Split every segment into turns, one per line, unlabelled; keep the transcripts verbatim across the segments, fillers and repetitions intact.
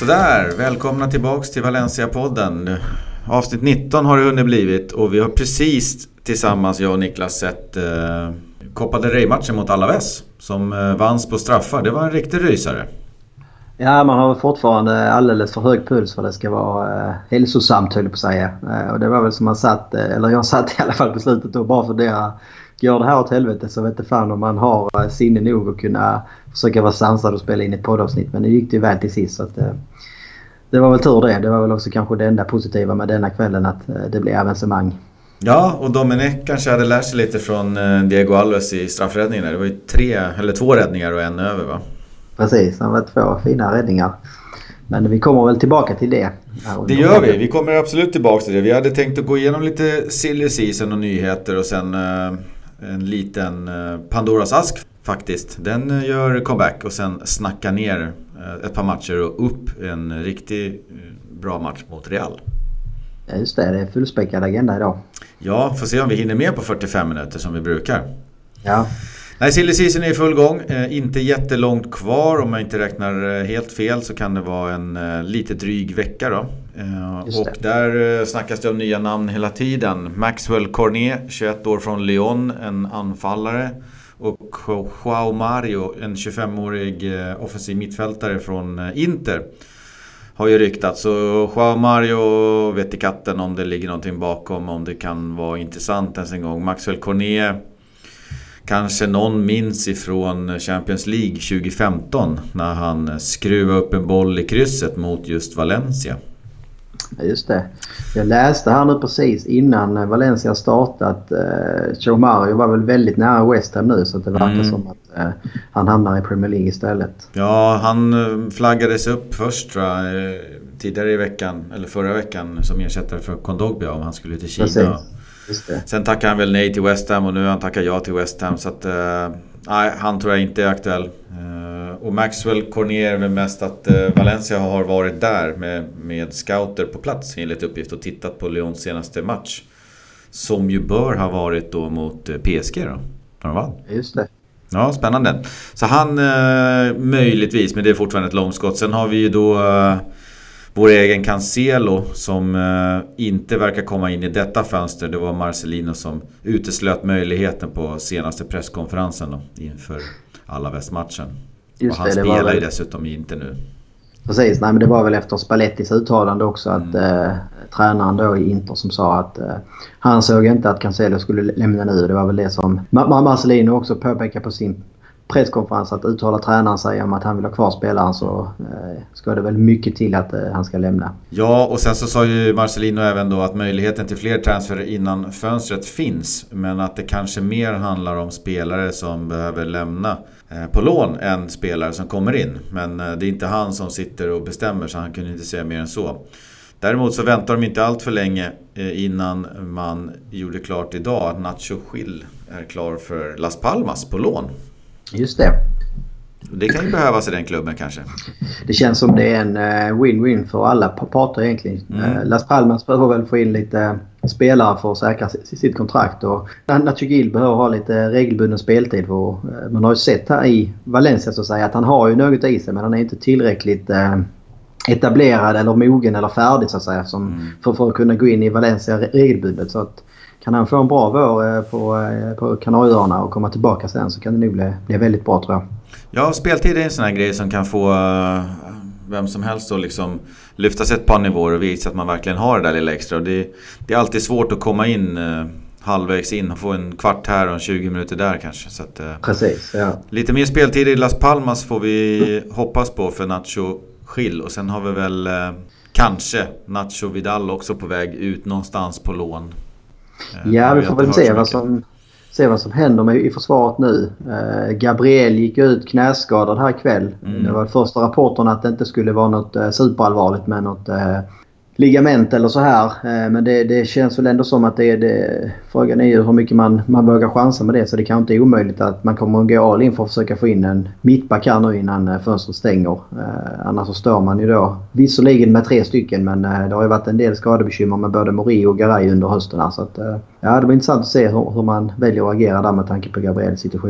Sådär, välkomna tillbaks till Valencia-podden. Avsnitt nitton har det hunnit blivit och vi har precis tillsammans, jag och Niklas, sett eh, Copa del Rey-matchen mot Alaves som eh, vanns på straffar. Det var en riktig rysare.
Ja, man har fortfarande alldeles för hög puls för det ska vara eh, hälsosamt, höll jag på att säga. Eh, och det var väl som man satt, eh, eller jag satt i alla fall på slutet då, bara för det. Gör det här åt helvete så vet det fan om man har eh, sinne nog att kunna försöka vara sansad och spela in ett poddavsnitt. Men det gick det ju väl till sist, så att eh, det var väl tur det. Det var väl också kanske det enda positiva med denna kvällen, att eh, det blev avancemang.
Ja, och Dominic kanske hade lärt sig lite från eh, Diego Alves i straffräddningen. Det var ju tre, eller två räddningar och en över, va?
Precis, det var två fina räddningar. Men vi kommer väl tillbaka till det.
Det gör vi, vi kommer absolut tillbaka till det. Vi hade tänkt att gå igenom lite silly season och nyheter och sen eh, en liten eh, Pandoras ask faktiskt. Den eh, gör comeback och sen snacka ner eh, ett par matcher och upp en riktigt eh, bra match mot Real.
Ja, just det, det är fullspäckad agenda idag.
Ja, får se om vi hinner med på fyrtiofem minuter som vi brukar.
Ja. Nej,
silly season är i full gång. Eh, inte jättelångt kvar. Om jag inte räknar eh, helt fel så kan det vara en eh, lite dryg vecka då. Eh, och där eh, snackas det om nya namn hela tiden. Maxwell Cornet, tjugoett år från Lyon, en anfallare. Och João Mario, en tjugofemårig eh, offensiv mittfältare från eh, Inter. Har ju ryktat. Så João Mario vet i katten om det ligger någonting bakom. Om det kan vara intressant ens en gång. Maxwell Cornet, kanske någon minns ifrån Champions League tjugofemton när han skruvade upp en boll i krysset mot just Valencia.
Just det. Jag läste här nu precis innan Valencia startat. Eh, João Mario var väl väldigt nära West Ham nu, så att det verkar mm. som att eh, han hamnar i Premier League istället.
Ja, han flaggades upp först tror jag, tidigare i veckan, eller förra veckan, som ersättare för Kondogbia om han skulle till Kina. Precis. Just det. Sen tackar han väl nej till West Ham och nu han tackar ja till West Ham, så att eh, nej, han tror jag inte är aktuell. Eh, och Maxwell Cornet är väl mest att eh, Valencia har varit där med, med scouter på plats enligt uppgift och tittat på Lyons senaste match, som ju bör ha varit då mot eh, P S G då. Har de vann?
Just det.
Ja, spännande. Så han eh, möjligtvis, men det är fortfarande ett långskott. Sen har vi ju då eh, vår egen Cancelo som eh, inte verkar komma in i detta fönster. Det var Marcelino som uteslöt möjligheten på senaste presskonferensen då, inför Alaves-matchen. Och han det, spelar väl ju dessutom inte nu.
Precis, nej, men det var väl efter Spallettis uttalande också att mm. eh, tränaren då i Inter som sa att eh, han såg inte att Cancelo skulle lämna nu. Det var väl det som Ma- Marcelino också påpekade på sin presskonferens, att uttala tränaren sig om att han vill ha kvar spelaren, så eh, ska det väl mycket till att eh, han ska lämna.
Ja, och sen så sa ju Marcelino även då att möjligheten till fler transfer innan fönstret finns, men att det kanske mer handlar om spelare som behöver lämna eh, på lån än spelare som kommer in. Men eh, det är inte han som sitter och bestämmer, så han kunde inte säga mer än så. Däremot så väntar de inte allt för länge eh, innan man gjorde klart idag att Nacho Gil är klar för Las Palmas på lån.
Just det.
Det kan ju behövas i den klubben kanske.
Det känns som det är en win-win för alla parter egentligen. Mm. Las Palmas behöver väl få in lite spelare för att säkra sitt kontrakt. Och Nacho Gil behöver ha lite regelbunden speltid. För man har ju sett här i Valencia så att säga att han har ju något i sig, men han är inte tillräckligt etablerad eller mogen eller färdig så att säga som mm. för, för att kunna gå in i Valencia regelbundet. Så att kan han få en bra vår på, på Kanarieöarna och komma tillbaka sen, så kan det nog bli, bli väldigt bra, tror jag.
Ja, speltid är en sån här grej som kan få uh, vem som helst att liksom lyfta sig ett par nivåer och visa att man verkligen har det där lilla extra. Och det, det är alltid svårt att komma in uh, halvvägs in och få en kvart här och en tjugo minuter där kanske. Så att, uh,
Precis, ja.
Lite mer speltid i Las Palmas får vi hoppas på för Nacho Gil. Och sen har vi väl uh, kanske Nacho Vidal också på väg ut någonstans på lån.
Ja, vi får väl se vad, som, se vad som händer med i försvaret nu. Eh, Gabriel gick ut knäskadad här ikväll. Mm. Det var första rapporten att det inte skulle vara något eh, superallvarligt med något eh, ligament eller så här. Eh, men det, det känns väl ändå som att det är det. Frågan är ju hur mycket man, man vågar chansa med det. Så det kan inte är omöjligt att man kommer att gå all in för att försöka få in en mittback här nu innan eh, fönstret stänger. Eh, annars så står man ju då visserligen med tre stycken, men eh, det har ju varit en del skadebekymmer med både Murillo och Garay under hösten här. Så att, eh, ja, det blir intressant att se hur, hur man väljer att agera där med tanke på Gabriels situation.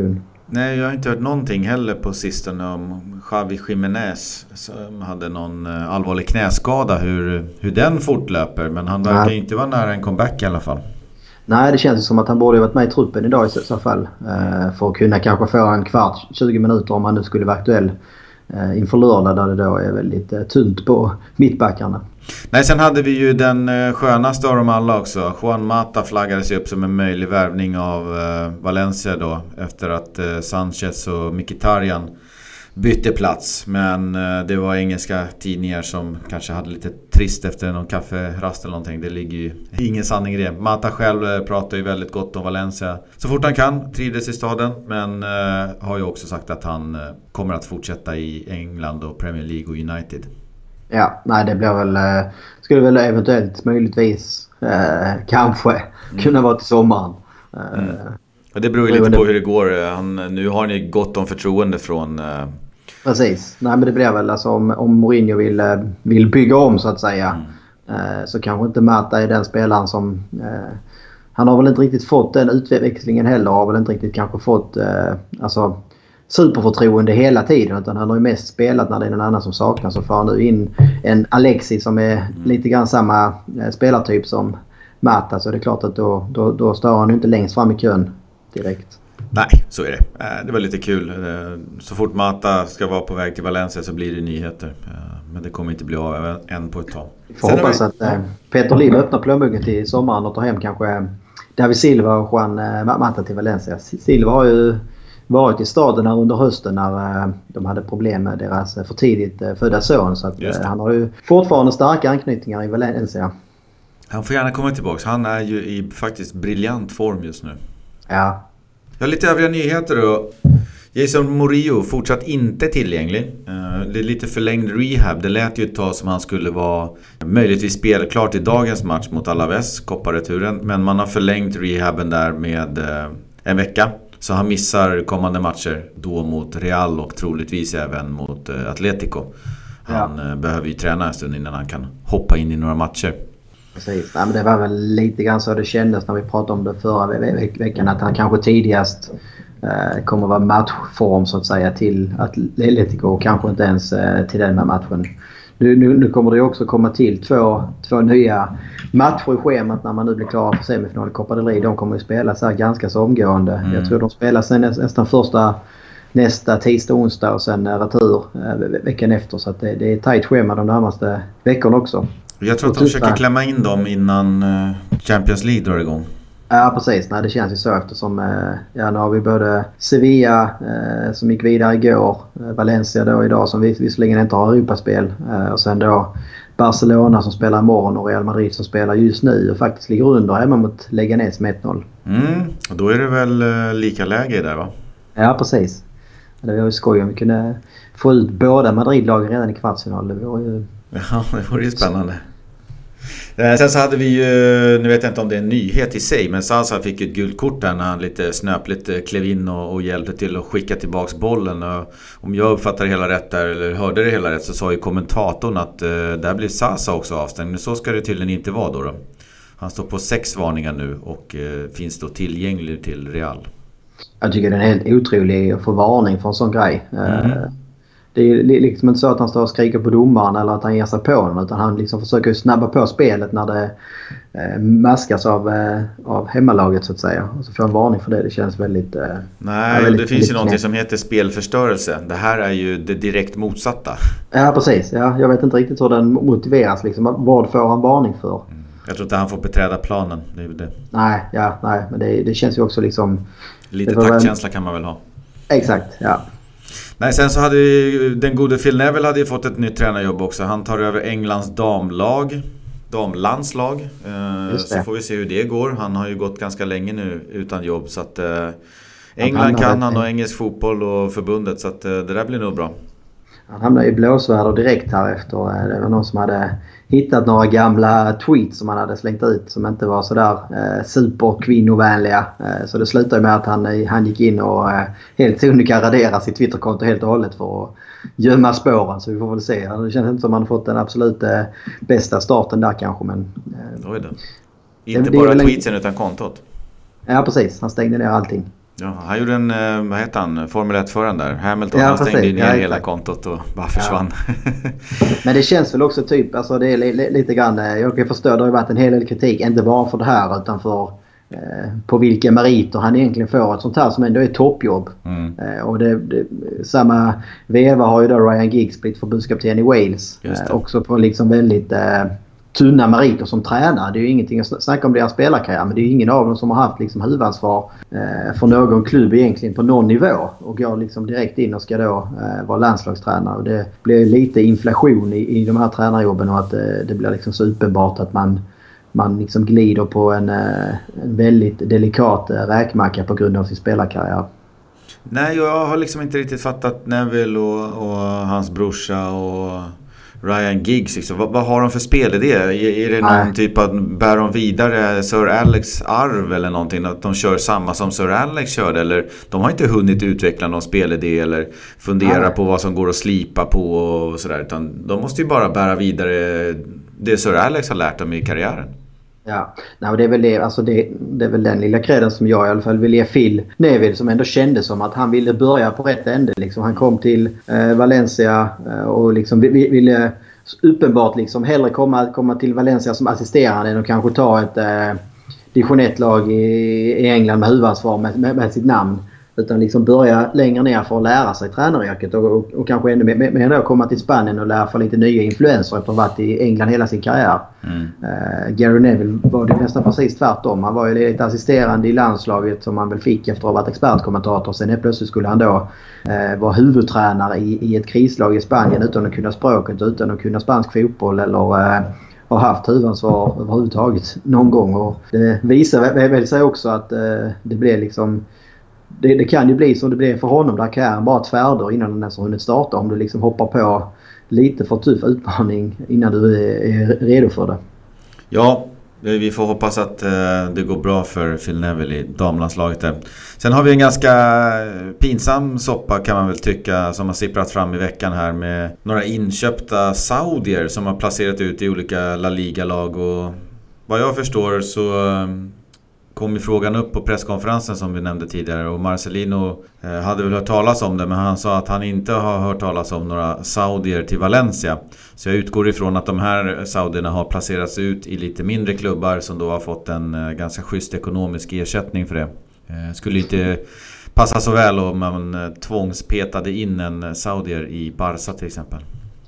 Nej, jag har inte hört någonting heller på sistone om Xavi Jiménez som hade någon allvarlig knäskada, hur, hur den fortlöper. Men han verkar Nej. inte vara nära en comeback i alla fall.
Nej, det känns som att han borde ha varit med i truppen idag i så fall. För att kunna kanske få en kvart, tjugo minuter om han nu skulle vara aktuell inför lördag, där det då är väldigt tunt på mittbackarna.
Nej, sen hade vi ju den skönaste av dem alla också. Juan Mata flaggades upp som en möjlig värvning av Valencia då, efter att Sanchez och Mkhitaryan bytte plats. Men det var engelska tidningar som kanske hade lite trist efter någon kafferast eller någonting. Det ligger ju ingen sanning i det. Mata själv pratar ju väldigt gott om Valencia så fort han kan, trivdes i staden. Men eh, har ju också sagt att han eh, kommer att fortsätta i England och Premier League och United.
Ja, nej, det blir väl, eh, skulle väl eventuellt möjligtvis eh, kanske mm. kunna vara till sommaren. Eh,
mm. Det beror ju lite på hur det går. Han, nu har ni gott om förtroende från... Eh...
Precis. Nej, men det blir väl alltså om, om Mourinho vill, vill bygga om så att säga. Mm. Eh, så kanske inte Mata är den spelaren som... Eh, han har väl inte riktigt fått den utväxlingen heller. Har väl inte riktigt kanske fått eh, alltså, superförtroende hela tiden. Utan han har ju mest spelat när det är någon annan som saknas. Så får han nu in en Alexis som är mm. lite grann samma eh, spelartyp som Mata. Så det är klart att då, då, då står han ju inte längst fram i kön direkt.
Nej, så är det. Det var lite kul. Så fort Mata ska vara på väg till Valencia så blir det nyheter. Men det kommer inte bli av än på ett tag.
Får hoppas vi... att äh, Peter Liv öppnar plånboken till sommaren och tar hem kanske David Silva och Juan äh, Mata till Valencia. Silva har ju varit i staden här under hösten när äh, de hade problem med deras äh, för tidigt äh, födda son. Så att, äh, han har ju fortfarande starka anknytningar i Valencia.
Han får gärna komma tillbaka. Han är ju i faktiskt briljant form just nu.
Ja.
Jag har lite övriga nyheter då. Jason Murillo fortsatt inte tillgänglig. Det är lite förlängd rehab. Det lät ju ett tag som han skulle vara möjligtvis spelklart i dagens match mot Alaves, kopparreturen. Men man har förlängt rehaben där med en vecka. Så han missar kommande matcher då mot Real och troligtvis även mot Atletico. Han ja. behöver ju träna en stund innan han kan hoppa in i några matcher.
Precis. Ja, men det var väl lite grann så det kändes när vi pratade om det förra ve- veckan. Att han kanske tidigast eh, kommer vara matchform så att säga till Atletico och kanske inte ens eh, till den här matchen. Nu, nu, nu kommer det också komma till två, två nya matcher i schemat när man nu blir klar för semifinal i Copa del Rey. De kommer ju spela så här ganska så omgående. Mm. Jag tror de spelar sen nästan första nästa tisdag, onsdag och sen retur eh, veckan efter. Så att det, det är ett tajt schema de närmaste veckorna också.
Jag tror att de försöker klämma in dem innan Champions League drar igång.
Ja, precis. Nej, det känns ju så eftersom ja, nu har vi både Sevilla eh, som gick vidare igår, Valencia då idag som visserligen inte har Europaspel eh, och sen då Barcelona som spelar imorgon och Real Madrid som spelar just nu och faktiskt ligger under hemma mot Leganés med ett noll.
Mm, och då är det väl eh, lika läge där va?
Ja, precis. Det var ju skoj om vi kunde få ut båda Madrid-lagen redan i kvartsfinal. Det var ju...
Ja, det var ju spännande. Sen så hade vi ju, nu vet jag inte om det är en nyhet i sig, men Salsa fick ett gult kort där när han lite snöpligt klev in och, och hjälpte till att skicka tillbaks bollen. Och om jag uppfattar det hela rätt där, eller hörde det hela rätt, så sa ju kommentatorn att uh, där blir Salsa också avstängd. Men så ska det tydligen inte vara då. då. Han står på sex varningar nu och uh, finns då tillgänglig till Real.
Jag tycker det är en helt otrolig att få varning för en sån grej. Mm. Uh, Det är liksom inte så att han står och skriker på domaren eller att han ger sig på honom, utan han liksom försöker snabba på spelet när det eh, maskas av, eh, av hemmalaget så att säga. Och så får en varning för det. Det känns väldigt... Eh,
Nej,
väldigt,
det finns ju något som heter spelförstörelse. Det här är ju det direkt motsatta.
Ja, precis. Ja, jag vet inte riktigt hur den motiveras. Liksom. Vad får han varning för?
Mm. Jag tror inte han får beträda planen. Det är det.
Nej, ja, nej, men det, det känns ju också liksom...
Lite taktkänsla en... kan man väl ha.
Exakt, ja.
Nej, sen så hade vi, den gode Phil Neville hade ju fått ett nytt tränarjobb också. Han tar över Englands damlag, damlandslag. Eh, så får vi se hur det går. Han har ju gått ganska länge nu utan jobb. Så att eh, England kan han och engelsk fotboll och förbundet. Så att eh, det där blir nog bra.
Han hamnade i blåsväder direkt här efter. Det var någon som hade hittat några gamla tweets som han hade slängt ut som inte var sådär eh, superkvinnovänliga. Eh, så det slutade med att han, han gick in och eh, helt sonika radera sitt Twitterkonto helt och hållet för att gömma spåren. Så vi får väl se. Det känns inte som att han fått den absolut eh, bästa starten där kanske. Men,
eh, Oj då. Inte det, bara det tweetsen en... utan kontot.
Ja, precis. Han stängde ner allting.
Ja, han gjorde en, vad heter han, Formel ett-föraren där. Hamilton,
ja,
han stängde ner
ja,
hela kontot och bara försvann. Ja.
Men det känns väl också typ, alltså det är li- lite grann, jag kan förstå, det har ju varit en hel del kritik, inte bara för det här utan för eh, på vilka meriter han egentligen får ett sånt här som ändå är toppjobb. Mm. Eh, och det, det, samma veva har ju då Ryan Giggs blivit förbundskapten i Wales. Eh, också på liksom väldigt... Eh, tunna meriter som tränare. Det är ju ingenting att snacka om deras spelarkarriär, men det är ju ingen av dem som har haft liksom huvudansvar eh, för någon klubb egentligen på någon nivå och går liksom direkt in och ska då eh, vara landslagstränare. Och det blir lite inflation i, i de här tränarjobben och att eh, det blir liksom så uppenbart att man, man liksom glider på en, eh, en väldigt delikat eh, räkmacka på grund av sin spelarkarriär.
Nej, jag har liksom inte riktigt fattat Neville och, och hans brorsa och Ryan Giggs, liksom. vad, vad har de för spelidé? Är, är det någon Nej. typ att bär de vidare Sir Alex arv eller någonting? Att de kör samma som Sir Alex körde? Eller de har inte hunnit utveckla någon spelidé eller fundera Nej. på vad som går att slipa på och sådär. Utan de måste ju bara bära vidare det Sir Alex har lärt dem i karriären.
Ja, nej, det, är väl det, alltså det, det är väl den lilla kreden som jag i alla fall vill ge Phil Neville, som ändå kände som att han ville börja på rätt ände. Liksom. Han kom till eh, Valencia eh, och liksom ville uppenbart liksom hellre komma, komma till Valencia som assisterande än att kanske ta ett eh, division ett-lag i, i England med huvudansvar med, med, med sitt namn. Utan liksom börja längre ner för att lära sig tränaryrket och, och, och kanske ännu mer med att komma till Spanien och lära för lite nya influenser efter att ha varit i England hela sin karriär. Mm. Uh, Gary Neville var det nästan precis tvärtom. Han var ju lite assisterande i landslaget som han väl fick efter att ha varit expertkommentator. Sen plötsligt skulle han då uh, vara huvudtränare i, i ett krislag i Spanien utan att kunna språket, utan att kunna spansk fotboll eller... Uh, har haft huvudansvar överhuvudtaget någon gång. Och det visar väl sig också att uh, det blir liksom... Det, det kan ju bli som det blir för honom där karriären bara tvärder innan den ens har hunnit starta, om du liksom hoppar på lite för tuff utmaning innan du är, är redo för det.
Ja, vi får hoppas att eh, det går bra för Phil Neville i damlandslaget där. Sen har vi en ganska pinsam soppa kan man väl tycka som har sipprat fram i veckan här med några inköpta saudier som har placerat ut i olika La Liga-lag, och vad jag förstår så kom ju frågan upp på presskonferensen som vi nämnde tidigare, och Marcelino eh, hade väl hört talas om det, men han sa att han inte har hört talas om några saudier till Valencia. Så jag utgår ifrån att de här saudierna har placerats ut i lite mindre klubbar som då har fått en eh, ganska schysst ekonomisk ersättning för det. Eh, skulle inte passa så väl om man eh, tvångspetade in en saudier i Barca till exempel.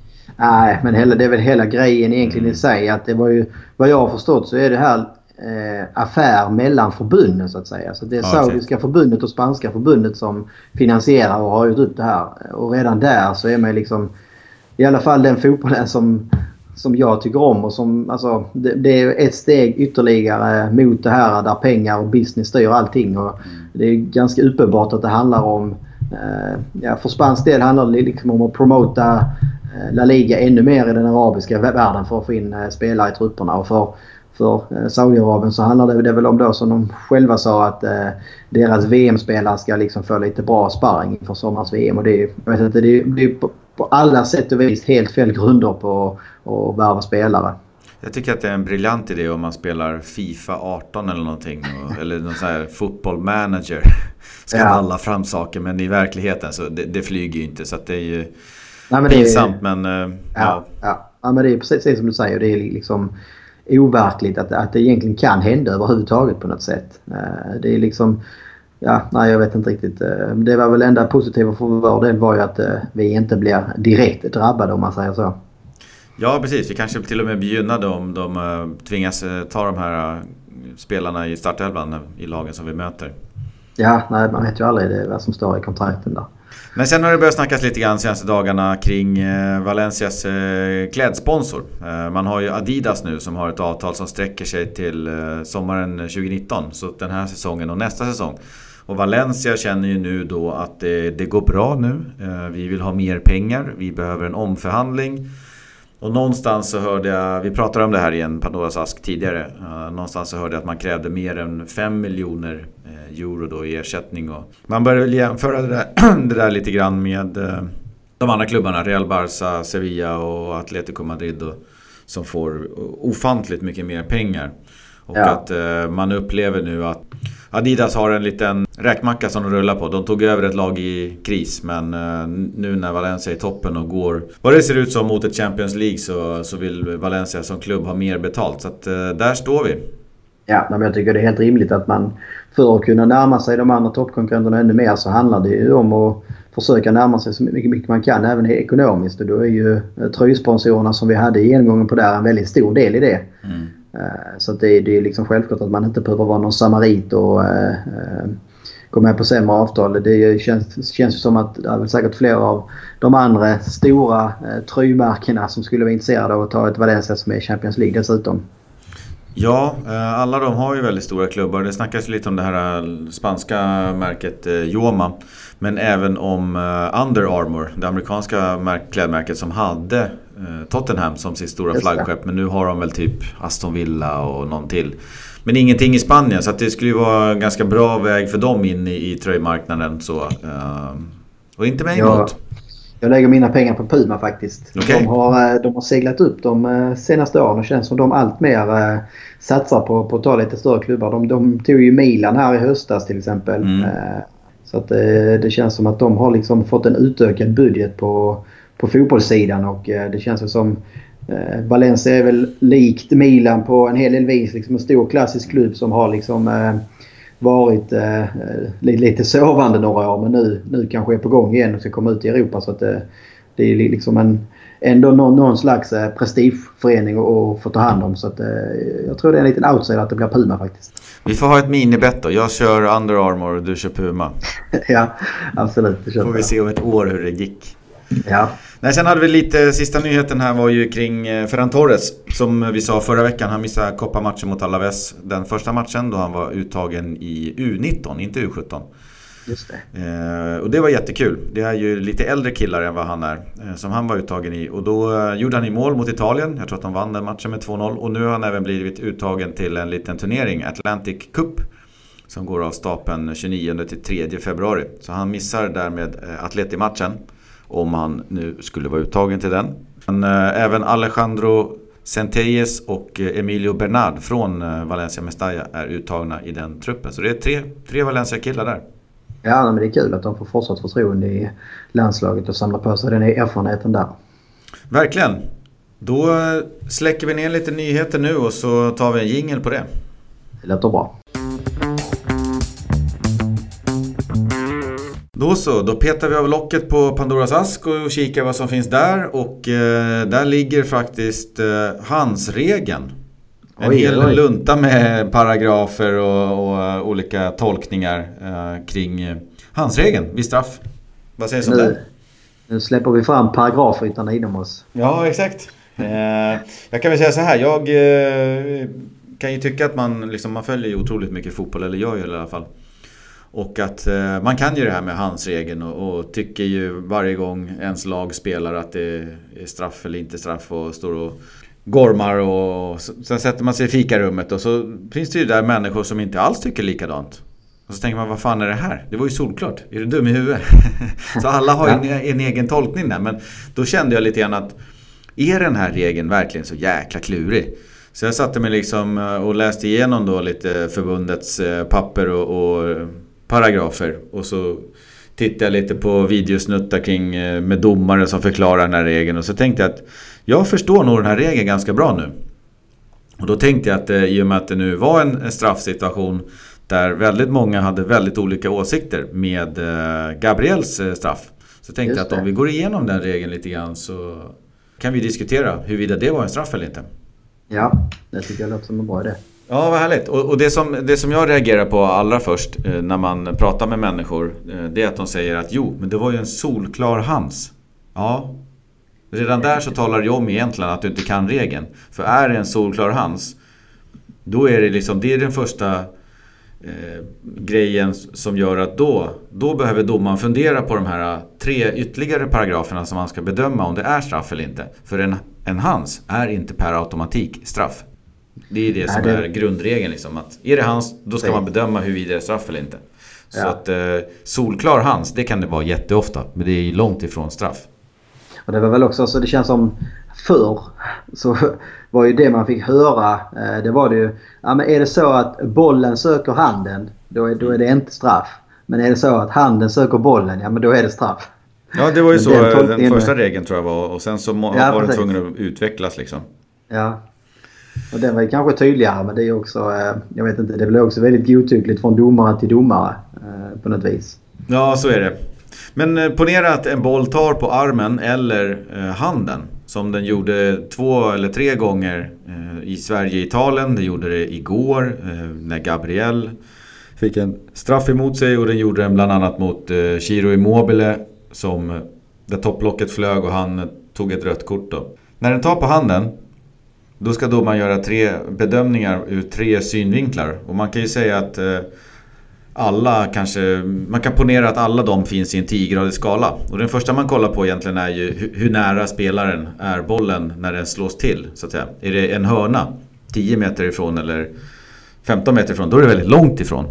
Nej, men hela, det är väl hela grejen egentligen mm. i sig, att det var ju, vad jag har förstått så är det här Eh, affär mellan förbunden så att säga. Så det är ja, saudiska okay. förbundet och spanska förbundet som finansierar och har gjort upp det här. Och redan där så är man liksom, i alla fall den fotbollen som, som jag tycker om, och som, alltså, det, det är ett steg ytterligare mot det här där pengar och business styr allting. Och mm. det är ganska uppenbart att det handlar om, eh, ja, för spansk del handlar det liksom om att promota eh, La Liga ännu mer i den arabiska världen för att få in eh, spelare i trupperna, och för För eh, Saudiarabien så handlar det, det väl om då som de själva sa att eh, deras V M-spelare ska liksom få lite bra sparring inför sommars V M. Och det är, jag vet inte, det är, det är på, på alla sätt och vis helt fel grunder på att värva spelare.
Jag tycker att det är en briljant idé om man spelar FIFA arton eller någonting. Och, eller någon sån här football manager. Ska ja. alla fram saker, men i verkligheten så det, det flyger ju inte. Så att det är ju Nej, men pinsamt. Det är, men, uh,
ja, ja. Ja. ja, men det är precis som du säger. Det är liksom overkligt att, att det egentligen kan hända överhuvudtaget på något sätt. Det är liksom, ja, nej jag vet inte riktigt. Det var väl enda positiva för vår del var ju att vi inte blir direkt drabbade, om man säger så.
Ja, precis. Vi kanske till och med blir gynnade om de tvingas ta de här spelarna i startelvan i lagen som vi möter.
Ja, nej, man vet ju aldrig det, vad som står i kontrakten där.
Men sen har det börjat snackas lite grann senaste dagarna kring eh, Valencias eh, klädsponsor. Eh, man har ju Adidas nu som har ett avtal som sträcker sig till eh, sommaren tjugonitton. Så den här säsongen och nästa säsong. Och Valencia känner ju nu då att det, det går bra nu. Eh, vi vill ha mer pengar. Vi behöver en omförhandling. Och någonstans så hörde jag, vi pratade om det här i en Pandoras ask tidigare. Uh, någonstans så hörde jag att man krävde mer än fem miljoner uh, euro då i ersättning. Och man började väl jämföra det där, det där lite grann med uh, de andra klubbarna. Real Barça, Sevilla och Atletico Madrid då, som får ofantligt mycket mer pengar. Och ja. att uh, man upplever nu att Adidas har en liten räkmacka som de rullar på. De tog över ett lag i kris, men nu när Valencia är i toppen och går vad det ser ut som mot ett Champions League, så, så vill Valencia som klubb ha mer betalt. Så att där står vi.
Ja, men jag tycker det är helt rimligt att man för att kunna närma sig de andra toppkonkurrenterna ännu mer, så handlar det ju om att försöka närma sig så mycket, mycket man kan, även ekonomiskt. Och då är ju tröjsponsorerna som vi hade i genomgången på där en väldigt stor del i det. Mm. Så att det, det är liksom självklart att man inte behöver vara någon samarit och äh, gå med på sämre avtal. Det känns, känns som att det är väl säkert flera av de andra stora äh, tröjmärkena som skulle vara intresserade av att ta ett Valencia som är Champions League dessutom.
Ja, alla de har ju väldigt stora klubbar. Det snackas lite om det här spanska märket Joma, men även om Under Armour, det amerikanska klädmärket som hade Tottenham som sitt stora flaggskepp, men nu har de väl typ Aston Villa och någon till. Men ingenting i Spanien, så att det skulle ju vara en ganska bra väg för dem in i, i tröjmarknaden. Så, och inte mig emot.
Ja. Jag lägger mina pengar på Puma faktiskt. Okay. De, har, de har seglat upp de senaste åren och känns som de allt mer äh, satsar på, på att ta lite större klubbar. De, de tog ju Milan här i höstas till exempel. Mm. Äh, så att, äh, det känns som att de har liksom fått en utökad budget på, på fotbollssidan. Och äh, det känns som äh, Valencia är väl likt Milan på en hel del vis. Liksom en stor klassisk klubb som har liksom... Äh, varit eh, lite sovande några år, men nu, nu kanske är på gång igen och ska komma ut i Europa, så att det, det är liksom en, ändå någon, någon slags eh, prestigeförening att få ta hand om, så att eh, jag tror det är en liten outsider att det blir Puma faktiskt.
Vi får ha ett minibett då. Jag kör Under Armour och du kör Puma.
Ja, absolut. Det
får vi se om ett år hur det gick.
Ja.
Nej, sen hade vi lite, sista nyheten här var ju kring Ferran Torres, som vi sa förra veckan. Han missade Copa-matchen mot Alaves, den första matchen då han var uttagen i U nitton, inte U sjutton.
Just det.
Eh, och det var jättekul. Det är ju lite äldre killar än vad han är, eh, som han var uttagen i. Och då eh, gjorde han i mål mot Italien. Jag tror att de vann den matchen med två noll. Och nu har han även blivit uttagen till en liten turnering, Atlantic Cup, som går av stapeln tjugonionde till tredje februari. Så han missar därmed eh, Atleti-matchen, om han nu skulle vara uttagen till den. Men äh, även Alejandro Centelles och äh, Emilio Bernard från äh, Valencia Mestalla är uttagna i den truppen. Så det är tre, tre Valencia-killar där.
Ja, men det är kul att de får fortsatt förtroende i landslaget och samla på sig den erfarenheten där.
Verkligen. Då släcker vi ner lite nyheter nu och så tar vi en jingle på det.
Det låter bra.
Då så, då petar vi av locket på Pandoras ask och kikar vad som finns där. Och eh, där ligger faktiskt eh, Hans-regeln. En oj, hel oj. lunta med paragrafer och, och uh, olika tolkningar uh, kring uh, Hans-regeln vid straff. Vad sägs om det?
Nu släpper vi fram paragrafrytarna inom oss.
Ja, exakt. Uh, jag kan väl säga så här, jag uh, kan ju tycka att man, liksom, man följer ju otroligt mycket fotboll, eller jag gör i alla fall. Och att eh, man kan ju det här med Hans-regeln och, och tycker ju varje gång ens lag spelar att det är straff eller inte straff och står och gormar och, och sen sätter man sig i fikarummet och så finns det ju där människor som inte alls tycker likadant. Och så tänker man, vad fan är det här? Det var ju solklart. Är du dum i huvudet? Så alla har ju en, en egen tolkning där. Men då kände jag lite grann att är den här regeln verkligen så jäkla klurig? Så jag satte mig liksom och läste igenom då lite förbundets papper och, och paragrafer, och så tittade jag lite på videosnuttar kring med domare som förklarar den här regeln, och så tänkte jag att jag förstår nog den här regeln ganska bra nu. Och då tänkte jag att i och med att det nu var en straffsituation där väldigt många hade väldigt olika åsikter med Gabriels straff, så tänkte jag att om vi går igenom den regeln lite grann så kan vi diskutera huruvida det var en straff eller inte.
Ja, det tycker jag låter som en bra idé.
Ja, vad härligt. Och, och det, som, det som jag reagerar på allra först eh, när man pratar med människor, eh, det är att de säger att jo, men det var ju en solklar Hans. Ja, redan där så talar jag om egentligen att du inte kan regeln. För är det en solklar Hans, då är det liksom, det är den första eh, grejen som gör att då, då behöver domaren fundera på de här tre ytterligare paragraferna som man ska bedöma om det är straff eller inte. För en, en Hans är inte per automatik straff. Det är det som Nej, det... är grundregeln liksom, att är det Hans, då ska man bedöma huruvida det är straff eller inte. Så ja. att eh, solklar Hans, det kan det vara jätteofta, men det är långt ifrån straff.
Och det var väl också så, det känns som förr så var ju det man fick höra, eh, det var det ju, ja, men är det så att bollen söker handen, då är, då är det inte straff. Men är det så att handen söker bollen, ja men då är det straff.
Ja, det var ju
men
så den, den första regeln tror jag var. Och sen så må, ja, var det tvungen att utvecklas liksom.
Ja, och den var ju kanske tydligare, men det är också, jag vet inte, det blir också väldigt godtyckligt från domare till domare på något vis.
Ja, så är det. Men ponera att en boll tar på armen eller eh, handen. Som den gjorde två eller tre gånger eh, i Sverige och Italien. Den gjorde det igår eh, när Gabriel fick en straff emot sig. Och den gjorde den bland annat mot eh, Ciro Immobile. Som, där topplocket flög och han tog ett rött kort då. När den tar på handen, då ska då man göra tre bedömningar ur tre synvinklar. Och man kan ju säga att eh, alla kanske, man kan ponera att alla de finns i en tio-gradig skala. Och den första man kollar på egentligen är ju hur, hur nära spelaren är bollen när den slås till, så att säga. Är det en hörna tio meter ifrån eller femton meter ifrån, då är det väldigt långt ifrån.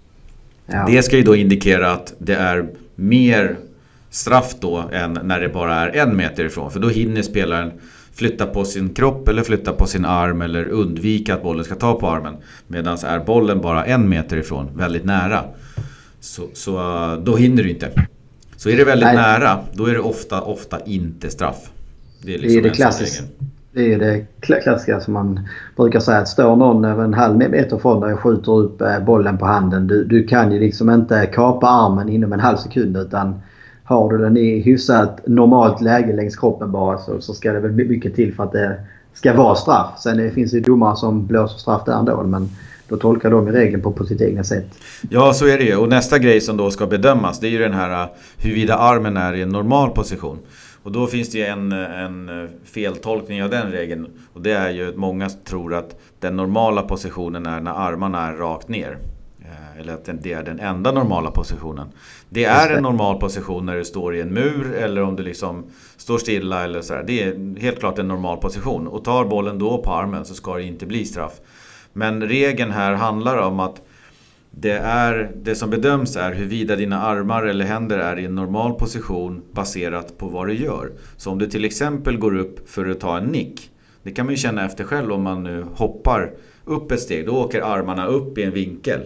Ja. Det ska ju då indikera att det är mer straff då än när det bara är en meter ifrån. För då hinner spelaren flytta på sin kropp eller flytta på sin arm eller undvika att bollen ska ta på armen. Medan är bollen bara en meter ifrån, väldigt nära, så, så då hinner du inte. Så är det väldigt Nej. nära, då är det ofta, ofta inte straff.
Det är, liksom det, är det, klassiska, det är det klassiska som man brukar säga, att står någon över en halv meter från dig och skjuter upp bollen på handen, du, du kan ju liksom inte kapa armen inom en halv sekund, utan har du den i hyfsat normalt läge längs kroppen bara, så, så ska det väl mycket till för att det ska vara straff. Sen det finns ju domare som blåser straff där ändå, men då tolkar de i regeln på, på sitt egna sätt.
Ja, så är det ju. Och nästa grej som då ska bedömas, det är ju den här huruvida armen är i en normal position. Och då finns det ju en, en feltolkning av den regeln. Och det är ju att många tror att den normala positionen är när armarna är rakt ner. Eller att det är den enda normala positionen. Det är en normal position när du står i en mur eller om du liksom står stilla eller så där. Det är helt klart en normal position. Och tar bollen då på armen så ska det inte bli straff. Men regeln här handlar om att det, är, det som bedöms är huruvida dina armar eller händer är i en normal position baserat på vad du gör. Så om du till exempel går upp för att ta en nick. Det kan man ju känna efter själv om man nu hoppar upp ett steg. Då åker armarna upp i en vinkel.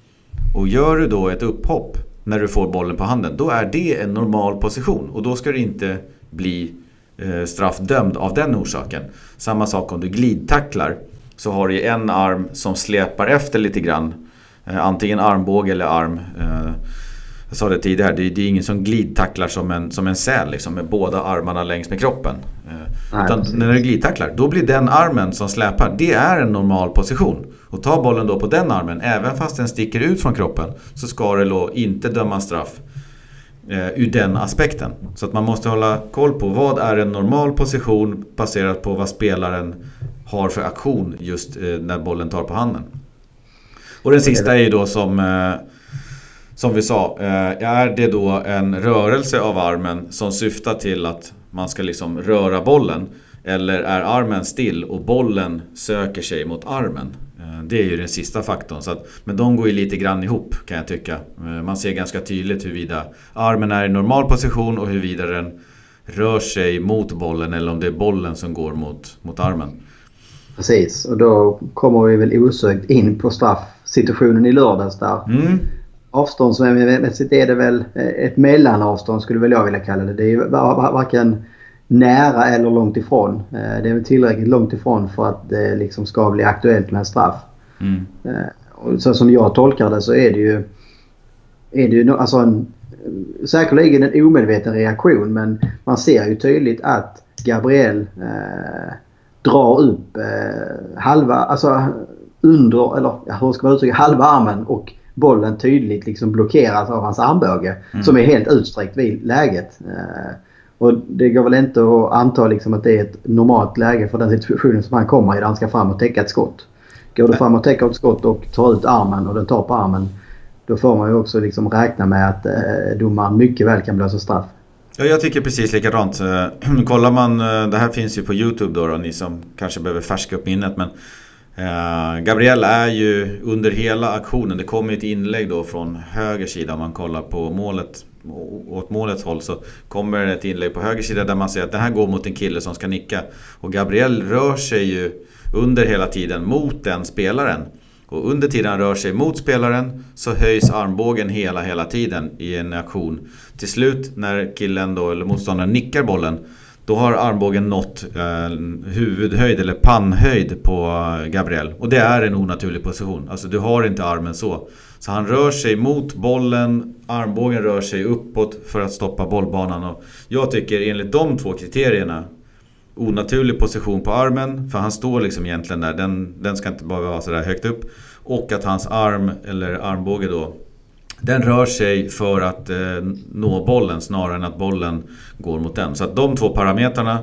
Och gör du då ett upphopp när du får bollen på handen, då är det en normal position. Och då ska du inte bli eh, straffdömd av den orsaken. Samma sak om du glidtacklar, så har du en arm som släpar efter lite grann. Eh, antingen armbåge eller arm. Eh, jag sa det tidigare, det, det är ingen som glidtacklar som en, som en säl liksom, med båda armarna längs med kroppen. Eh, Nej, utan när du glidtacklar, då blir den armen som släpar, det är en normal position. Och ta bollen då på den armen, även fast den sticker ut från kroppen, så ska det då inte döma straff eh, ur den aspekten. Så att man måste hålla koll på vad är en normal position baserat på vad spelaren har för aktion just eh, när bollen tar på handen. Och den sista är ju då som, eh, som vi sa, eh, är det då en rörelse av armen som syftar till att man ska liksom röra bollen, eller är armen still och bollen söker sig mot armen? Det är ju den sista faktorn. Så att, men de går ju lite grann ihop, kan jag tycka. Man ser ganska tydligt huruvida armen är i normal position och huruvida den rör sig mot bollen eller om det är bollen som går mot, mot armen.
Precis, och då kommer vi väl osökt in på straffsituationen i lördags där. Mm. Avståndsmässigt är det väl ett mellanavstånd, skulle väl jag vilja kalla det. Det är ju varken nära eller långt ifrån. Det är tillräckligt långt ifrån för att det liksom ska bli aktuellt med straff. Mm. Och så som jag tolkar det så är det ju, är det ju alltså en, säkerligen en omedveten reaktion, men man ser ju tydligt att Gabriel eh, drar upp eh, halva, alltså under, eller hur ska man uttrycka, halva armen, och bollen tydligt liksom blockeras av hans armbåge mm. som är helt utsträckt vid läget. Eh, och det går väl inte att anta liksom att det är ett normalt läge för den situationen som han kommer i, där han ska fram och täcka ett skott. Går du fram och täcker ett skott och tar ut armen och den tar på armen, då får man ju också liksom räkna med att eh, domaren mycket väl kan blåsa straff.
Ja, jag tycker precis likadant. Kollar man, det här finns ju på YouTube då, då ni som kanske behöver färska upp minnet, men eh, Gabriel är ju under hela aktionen, det kommer ett inlägg då från höger sida, om man kollar på målet, åt målets håll, så kommer ett inlägg på höger sida där man ser att den här går mot en kille som ska nicka, och Gabriel rör sig ju under hela tiden mot den spelaren. Och under tiden han rör sig mot spelaren så höjs armbågen hela hela tiden i en aktion. Till slut när killen då, eller motståndaren nickar bollen, då har armbågen nått eh, huvudhöjd eller pannhöjd på Gabriel. Och det är en onaturlig position. Alltså du har inte armen så. Så han rör sig mot bollen, armbågen rör sig uppåt för att stoppa bollbanan. Och jag tycker enligt de två kriterierna, onaturlig position på armen, för han står liksom egentligen där, den, den ska inte bara vara så där högt upp. Och att hans arm eller armbåge då, den rör sig för att eh, nå bollen snarare än att bollen går mot den. Så att de två parametrarna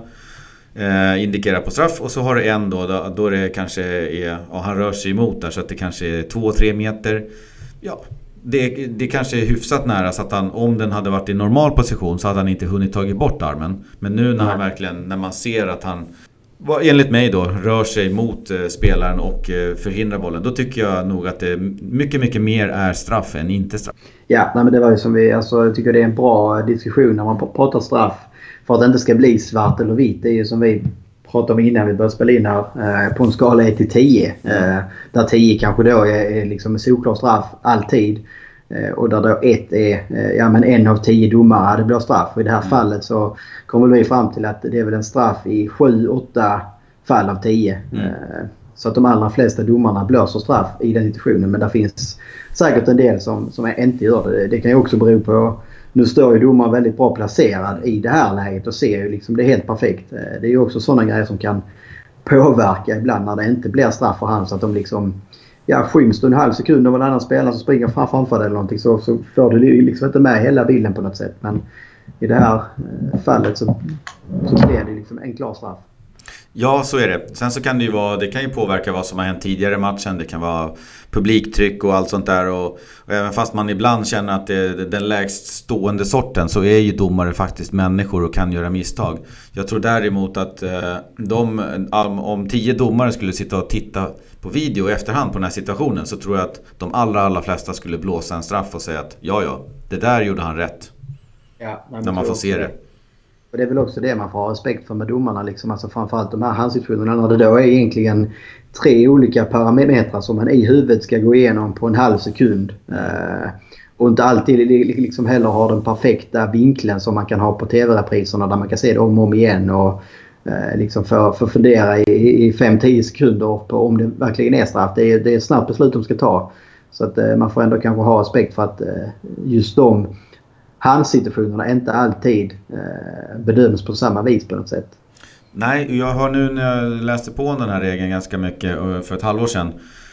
eh, indikerar på straff. Och så har det en då, då, då det kanske är, ja, han rör sig emot där så att det kanske är två, tre meter. Ja, det, det kanske är hyfsat nära så att han, om den hade varit i normal position så hade han inte hunnit tagit bort armen. Men nu när han verkligen, när man ser att han, enligt mig då, rör sig mot eh, spelaren och eh, förhindrar bollen, då tycker jag nog att det mycket, mycket mer är straff än inte straff.
Ja, nej, men det var ju som vi, alltså, jag tycker det är en bra diskussion när man pratar straff. För att det inte ska bli svart eller vitt, det är ju som vi pratade om innan vi började spela in här, eh, på en skala ett till tio. Eh, där tio kanske då är, är liksom en solklar straff alltid. Eh, och där då ett är, eh, ja men en av tio domare hade blivit straff. Och i det här mm. fallet så kommer vi fram till att det är väl en straff i sju åtta fall av tio. Mm. Eh, så att de allra flesta domarna blåser straff i den situationen. Men det finns säkert en del som, som inte gör det. Det kan ju också bero på, nu står ju domaren väldigt bra placerad i det här läget och ser ju liksom det är helt perfekt. Eh, det är ju också sådana grejer som kan påverka ibland när det inte blir straff för han, så att de liksom, ja, skyms en halv sekund av en annan spelare som springer framför det eller någonting, så, så får det liksom inte med hela bilden på något sätt. Men i det här eh, fallet så, så blir det liksom en klar straff.
Ja, så är det. Sen så kan det ju vara, det kan ju påverka vad som har hänt tidigare i matchen. Det kan vara publiktryck och allt sånt där. Och, och även fast man ibland känner att det är den lägst stående sorten, så är ju domare faktiskt människor och kan göra misstag. Jag tror däremot att eh, de, om tio domare skulle sitta och titta på video i efterhand på den här situationen, så tror jag att de allra, allra flesta skulle blåsa en straff och säga att ja, ja, det där gjorde han rätt.
Ja,
när man får se det.
Och det är väl också det man får ha respekt för med domarna. Liksom. Alltså framförallt de här handsituationerna när det då är egentligen tre olika parametrar som man i huvudet ska gå igenom på en halv sekund. Eh, och inte alltid liksom heller har den perfekta vinkeln som man kan ha på tv-repriserna där man kan se det om och om igen. Och eh, liksom för, för fundera i, i fem till tio sekunder på om det verkligen är straff. Det är, det är ett snabbt beslut de ska ta. Så att eh, man får ändå kanske ha respekt för att eh, just de handsituationerna inte alltid eh, bedöms på samma vis på något sätt.
Nej, jag har nu när jag läste på den här regeln ganska mycket för ett halvår sedan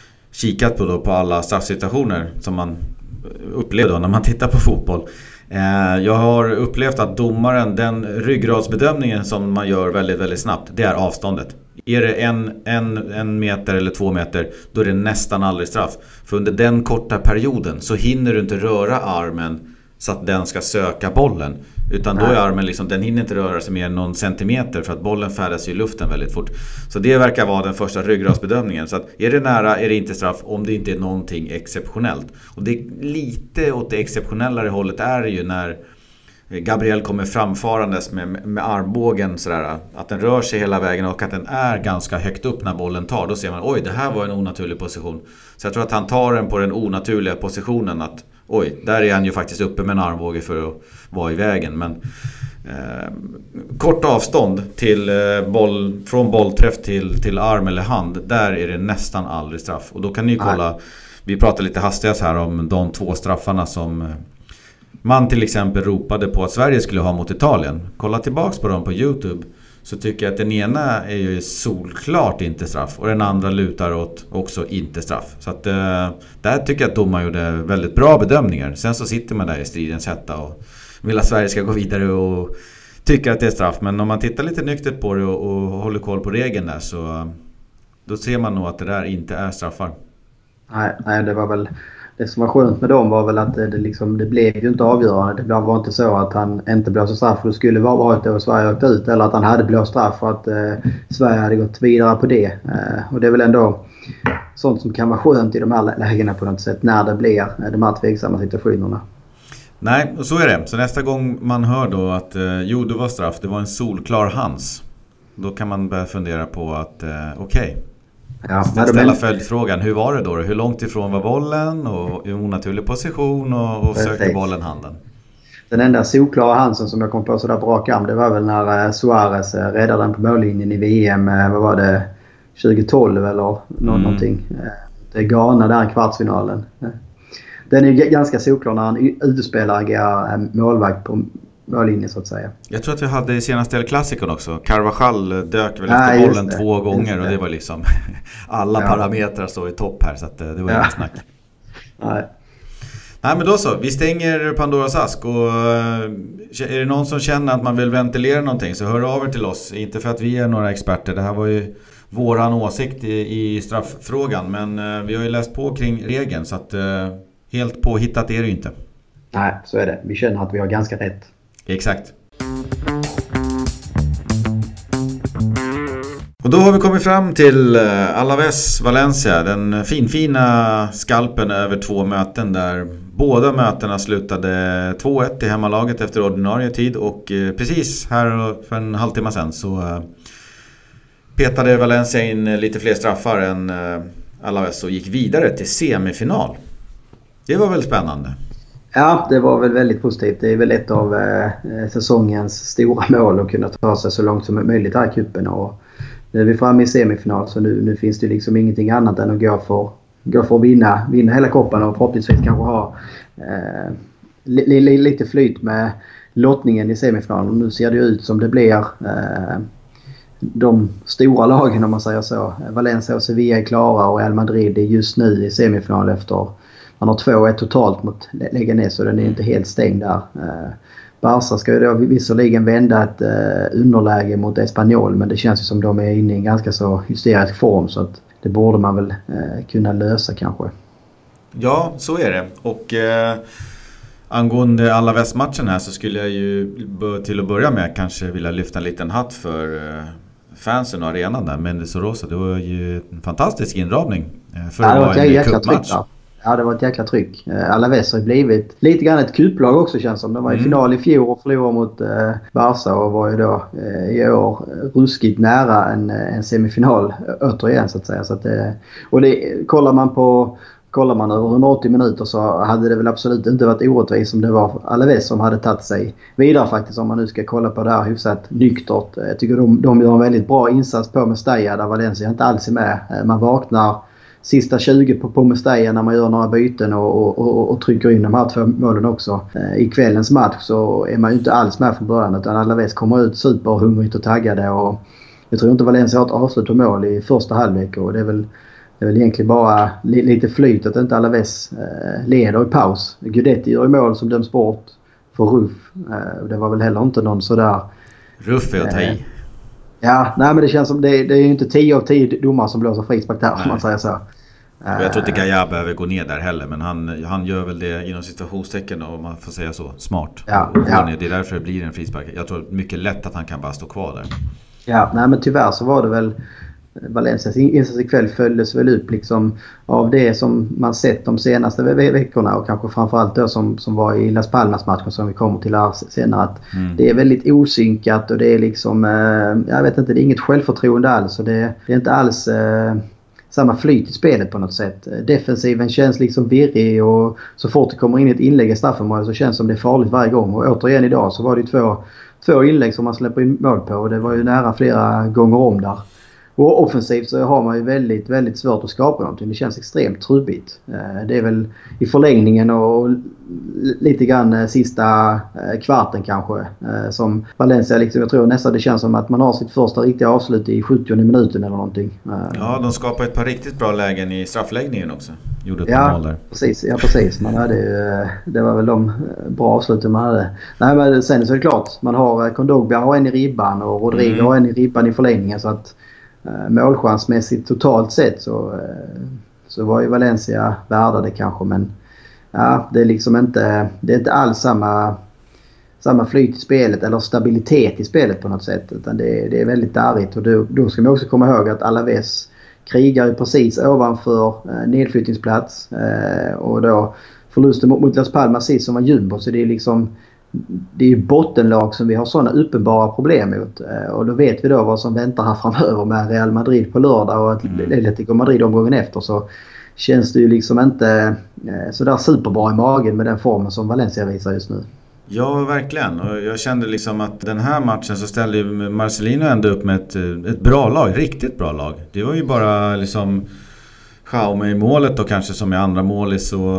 kikat på, då, på alla straffsituationer som man upplever då när man tittar på fotboll. Eh, jag har upplevt att domaren, den ryggradsbedömningen som man gör väldigt, väldigt snabbt, det är avståndet. Är det en, en, en meter eller två meter, då är det nästan aldrig straff. För under den korta perioden så hinner du inte röra armen så att den ska söka bollen. Utan då är armen liksom, den hinner inte röra sig mer än någon centimeter för att bollen färdas i luften väldigt fort. Så det verkar vara den första ryggradsbedömningen. Så att är det nära är det inte straff om det inte är någonting exceptionellt. Och det är lite åt det exceptionellare hållet är det ju när Gabriel kommer framfarandes med, med armbågen sådär, att den rör sig hela vägen och att den är ganska högt upp när bollen tar. Då ser man, oj, det här var en onaturlig position. Så jag tror att han tar den på den onaturliga positionen, att oj, där är han ju faktiskt uppe med en armbåge för att vara i vägen. Men eh, kort avstånd till eh, boll, från bollträff till, till arm eller hand, där är det nästan aldrig straff. Och då kan ni ju kolla, nej. Vi pratar lite hastigast här om de två straffarna som man till exempel ropade på att Sverige skulle ha mot Italien. Kolla tillbaks på dem på YouTube, så tycker jag att den ena är ju solklart inte straff och den andra lutar åt också inte straff. Så att eh, där tycker jag att domaren gjorde väldigt bra bedömningar. Sen så sitter man där i stridens hetta och vill att Sverige ska gå vidare och tycker att det är straff. Men om man tittar lite nyktert på det och, och håller koll på regeln där, så då ser man nog att det där inte är straffar.
Nej, nej, det var väl det som var skönt med dem var väl att det, liksom, det blev ju inte avgörande. Det var inte så att han inte blåste straff för det skulle vara varit och Sverige åkte ut, eller att han hade blåst straff för att eh, Sverige hade gått vidare på det. Eh, och det är väl ändå sånt som kan vara skönt i de här lägena på något sätt när det blir eh, de här tveksamma situationerna.
Nej, och så är det. Så nästa gång man hör då att eh, jo, det var straff, det var en solklar hands, då kan man börja fundera på att eh, okej, okay,
Ja,
ställa men... följdfrågan, hur var det då? Hur långt ifrån var bollen och i onaturlig position och, och sökte bollen handen?
Den enda solklara Hansen som jag kom på sådär på rak arm, det var väl när Suarez räddade den på mållinjen i V M, vad var det, tjugo tolv eller nå- mm. någonting. Det är Ghana där i kvartsfinalen. Den är ju ganska solklar när han utspelar agerar målvakt på mållinjen så att säga.
Jag tror att vi hade i senaste El Clasicon också. Carvajal dök väl efter
ja,
bollen det, två gånger och det var liksom alla ja. parametrar står i topp här så att det var ja. inget snack.
Nej.
Nej men då så, vi stänger Pandoras ask och är det någon som känner att man vill ventilera någonting så hör av er till oss. Inte för att vi är några experter, det här var ju våran åsikt i, i strafffrågan men vi har ju läst på kring regeln så att helt påhittat är det ju inte.
Nej, så är det. Vi känner att vi har ganska rätt.
Exakt. Och då har vi kommit fram till Alaves Valencia, den finfina skalpen över två möten där båda mötena slutade två ett i hemmalaget efter ordinarie tid och precis här för en halvtimme sedan så petade Valencia in lite fler straffar än Alaves och gick vidare till semifinal. Det var väl spännande?
Ja, det var väl väldigt positivt. Det är väl ett av eh, säsongens stora mål att kunna ta sig så långt som möjligt här i kuppen. Och nu är vi framme i semifinal så nu, nu finns det liksom ingenting annat än att gå för, gå för att vinna, vinna hela koppen och förhoppningsvis kanske ha eh, li, li, lite flyt med lottningen i semifinalen. Nu ser det ut som det blir eh, de stora lagen om man säger så. Valencia och Sevilla är klara och Real Madrid är just nu i semifinal efter man har två ett totalt mot Leganes så den är inte helt stängd där. Eh, Barca ska ju då visserligen vända ett eh, underläge mot Espanyol men det känns ju som de är inne i en ganska så hysterisk form så att det borde man väl eh, kunna lösa kanske.
Ja, så är det. Och eh, angående alla västmatchen här så skulle jag ju till att börja med kanske vilja lyfta en liten hatt för eh, fansen och arenan där. Mendes och Rosa, det var ju en fantastisk inramning eh, för att vara en cupmatch.
Ja, det var ett jäkla tryck. Alaves har blivit lite grann ett kuplag också känns som. De var i mm. final i fjol och förlorade mot eh, Barca och var ju då eh, i år ruskigt nära en, en semifinal återigen så att säga. Så att, eh, och det, kollar man på kollar man över hundraåttio minuter så hade det väl absolut inte varit orättvist om det var Alaves som hade tagit sig vidare faktiskt om man nu ska kolla på det här hyfsat nyktert. Jag tycker de, de gör en väldigt bra insats på Mestalla där Valencia inte alls är med. Man vaknar sista tjugo på, på Mestalla när man gör några byten och, och, och, och trycker in de här två målen också. Eh, I kvällens match så är man ju inte alls med från början utan Alaves kommer ut superhungrigt och taggade och jag tror inte Valencia har ett avslut på mål i första halvlek och det är väl, det är väl egentligen bara li, lite flyt att inte Alaves eh, leder i paus. Gudetti gör i mål som döms bort för Ruff. Eh, det var väl heller inte någon sådär...
Ruff är att ta i.
Eh, Ja, nej men det känns som det, det är ju inte tio av tio domar som blåser frispark där om man säger så.
Jag tror inte Gaia behöver gå ner där heller men han, han gör väl det inom situationstecken och man får säga så, smart.
Ja,
och
ja.
Det är därför det blir en frispark. Jag tror mycket lätt att han kan bara stå kvar där.
Ja, nej men tyvärr så var det väl Valencias insats ikväll följdes väl upp liksom av det som man sett de senaste ve- veckorna och kanske framförallt då som, som var i Las Palmas-matchen som vi kommer till här senare att mm. det är väldigt osynkat och det är liksom eh, jag vet inte, det är inget självförtroende alls och det, det är inte alls eh, samma flyt i spelet på något sätt. Defensiven känns liksom virrig och så fort det kommer in ett inlägg i straffområdet så känns det som det är farligt varje gång och återigen idag så var det två, två inlägg som man släpper in mål på och det var ju nära flera gånger om där. Och offensivt så har man ju väldigt, väldigt svårt att skapa någonting. Det känns extremt trubbigt. Det är väl i förlängningen och lite grann sista kvarten kanske. Som Valencia, liksom, jag tror nästan det känns som att man har sitt första riktiga avslut i sjuttionde minuten eller någonting.
Ja, de skapar ett par riktigt bra lägen i straffläggningen också. Gjorde ett
ja,
mål där.
Precis, ja, precis. Man hade ju, det var väl de bra avsluten man hade. Nej, men sen så är det klart. Man har Kondogbia har en i ribban och Rodrigo mm. har en i ribban i förlängningen så att målchansmässigt totalt sett så, så var ju Valencia värda det kanske men ja, det är liksom inte det är inte alls samma samma flyt i spelet eller stabilitet i spelet på något sätt utan det, det är väldigt darrigt och då, då ska man också komma ihåg att Alaves krigar ju precis ovanför eh, nedflyttningsplats eh, och då förlusten mot, mot Las Palmas sist som var jumbo så det är liksom det är ju bottenlag som vi har sådana uppenbara problem mot. Och då vet vi då vad som väntar här framöver med Real Madrid på lördag och Atletico Madrid omgången efter. Så känns det ju liksom inte sådär superbra i magen med den formen som Valencia visar just nu.
Ja, verkligen. Och jag kände liksom att den här matchen så ställde ju Marcelino ändå upp med ett, ett bra lag, riktigt bra lag. Det var ju bara liksom Jaume i målet och kanske som i andra målis och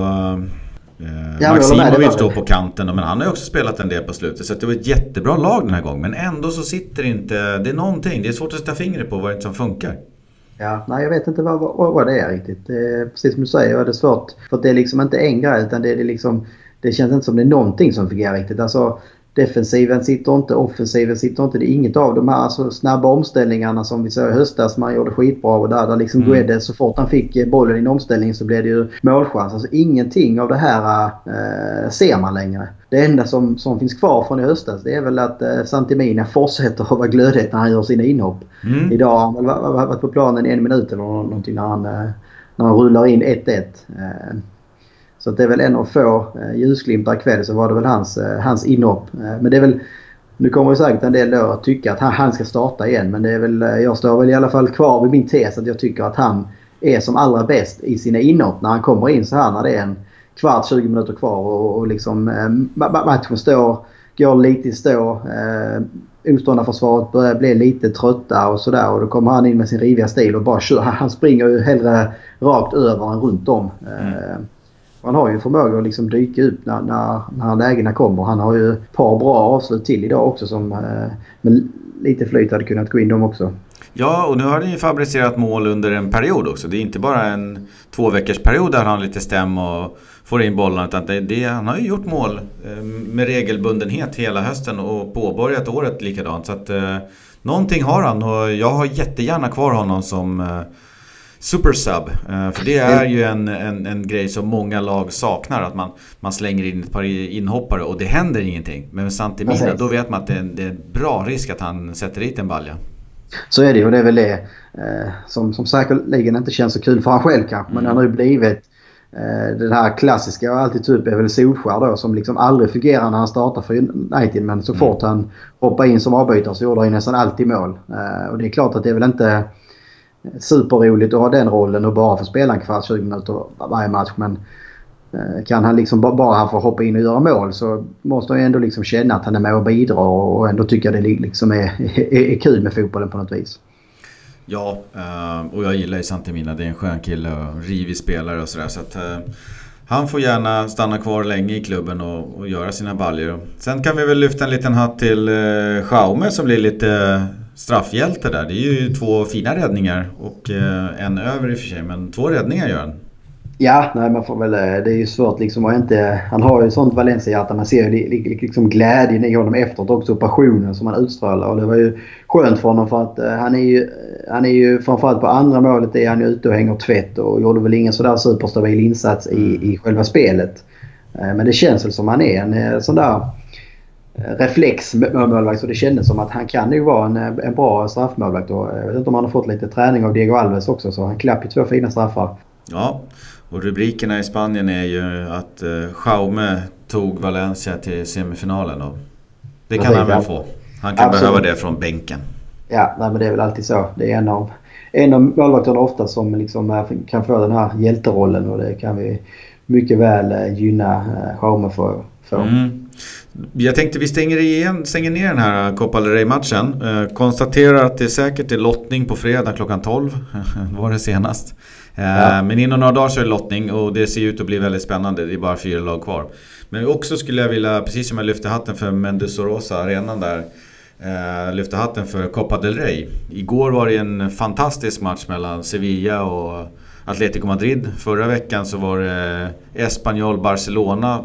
eh, Maximovic står på kanten. Men han har ju också spelat en del på slutet, så det var ett jättebra lag den här gången. Men ändå så sitter inte, det är någonting, det är svårt att sätta fingret på vad det som funkar.
Ja, nej jag vet inte vad, vad, vad det är riktigt. Det är, precis som du säger, det är svårt. För det är liksom inte en grej utan det är liksom... Det känns inte som det är någonting som fungerar riktigt. Alltså, defensiven sitter inte, offensiven sitter inte. Det är inget av de här alltså, snabba omställningarna som vi såg i höstas. Man gjorde skitbra och där, där liksom mm. Guedes, så fort han fick bollen i en omställning så blev det ju målchans. Alltså, ingenting av det här äh, ser man längre. Det enda som, som finns kvar från i höstas det är väl att äh, Santimina fortsätter att vara glödhet när han gör sina inhopp. Mm. Idag har han väl varit på planen en minut eller någonting när han, äh, när han rullar in ett ett. Äh, Så det är väl en av få eh, ljusglimtar kväll så var det väl hans, eh, hans inhopp. Eh, men det är väl, nu kommer jag säkert en del då att tycka att han, han ska starta igen. Men det är väl, jag står väl i alla fall kvar vid min tes att jag tycker att han är som allra bäst i sina inhopp när han kommer in så här när det är en kvart, tjugo minuter kvar och, och liksom eh, matchen står, går lite i stå. Eh, Oståndarförsvaret börjar bli lite trötta och sådär och då kommer han in med sin riviga stil och bara kör. Han springer ju hellre rakt över än runt om. Eh, mm. Han har ju förmåga att liksom dyka upp när, när, när lägena kommer. Han har ju ett par bra avslut till idag också som eh, med lite flyt hade kunnat gå in dem också.
Ja, och nu har han ju fabricerat mål under en period också. Det är inte bara en två veckors period där han lite stäm och får in bollarna. Utan det, det, han har ju gjort mål eh, med regelbundenhet hela hösten och påbörjat året likadant. Så att eh, någonting har han och jag har jättegärna kvar honom som... Eh, super sub, för det är ju en, en, en grej som många lag saknar, att man, man slänger in ett par inhoppare och det händer ingenting. Men med Santimina, då vet man att det är, en, det är en bra risk att han sätter dit en balja.
Så är det och det är väl det eh, som, som säkerligen inte känns så kul för han själv kanske, mm. men han har ju blivit eh, den här klassiska och alltid typ är väl Solskär då som liksom aldrig fungerar när han startar för United, men så fort mm. han hoppar in som avbytare så gjorde han nästan alltid mål. Eh, och det är klart att det är väl inte superroligt att ha den rollen och bara få spela en kvart, tjugo minuter varje match, men eh, kan han liksom bara, bara han får hoppa in och göra mål så måste han ändå liksom känna att han är med och bidrar och ändå tycka att det liksom är, är, är kul med fotbollen på något vis.
Ja, och jag gillar ju Santimina, det är en skön kille och rivig spelare och sådär, så att uh, han får gärna stanna kvar länge i klubben och, och göra sina baljor. Sen kan vi väl lyfta en liten hatt till uh, Jaume som blir lite uh, straffhjälte där. Det är ju två fina räddningar och uh, en över i och för sig, men två räddningar gör han.
Ja, nej, man får väl, det är ju svårt liksom att inte, han har ju sånt Valencia-hjärta, man ser ju liksom glädjen i honom efteråt också, passionen som han utstrålar, och det var ju skönt för honom för att uh, han är ju han är ju framförallt på andra målet är han ju ute och hänger tvätt och gjorde väl ingen sådär superstabil insats i, i själva spelet, uh, men det känns väl som han är en uh, sån där reflex målvakt, så det kändes som att han kan ju vara en, en bra straffmålvakt, och jag vet inte om han har fått lite träning av Diego Alves också, så han klappar ju två fina straffar.
Ja, och rubrikerna i Spanien är ju att uh, Jaume tog Valencia till semifinalen, och det kan han väl få. Han kan Absolut. behöva det från bänken. Ja,
nej, men det är väl alltid så. Det är en av, en av målvakterna ofta som liksom kan få den här hjälterollen, och det kan vi mycket väl gynna Jaume för. för. Mm.
Jag tänkte vi stänger, igen, stänger ner den här Copa del Rey-matchen. Eh, konstaterar att det är säkert är lottning på fredag klockan tolv. var det senast. Eh, ja. Men inom några dagar så är det lottning, och det ser ut att bli väldigt spännande. Det är bara fyra lag kvar. Men också skulle jag vilja, precis som jag lyfte hatten för Mendizorroza arenan där, eh, lyfte hatten för Copa del Rey. Igår var det en fantastisk match mellan Sevilla och Atletico Madrid. Förra veckan så var det Espanyol Barcelona.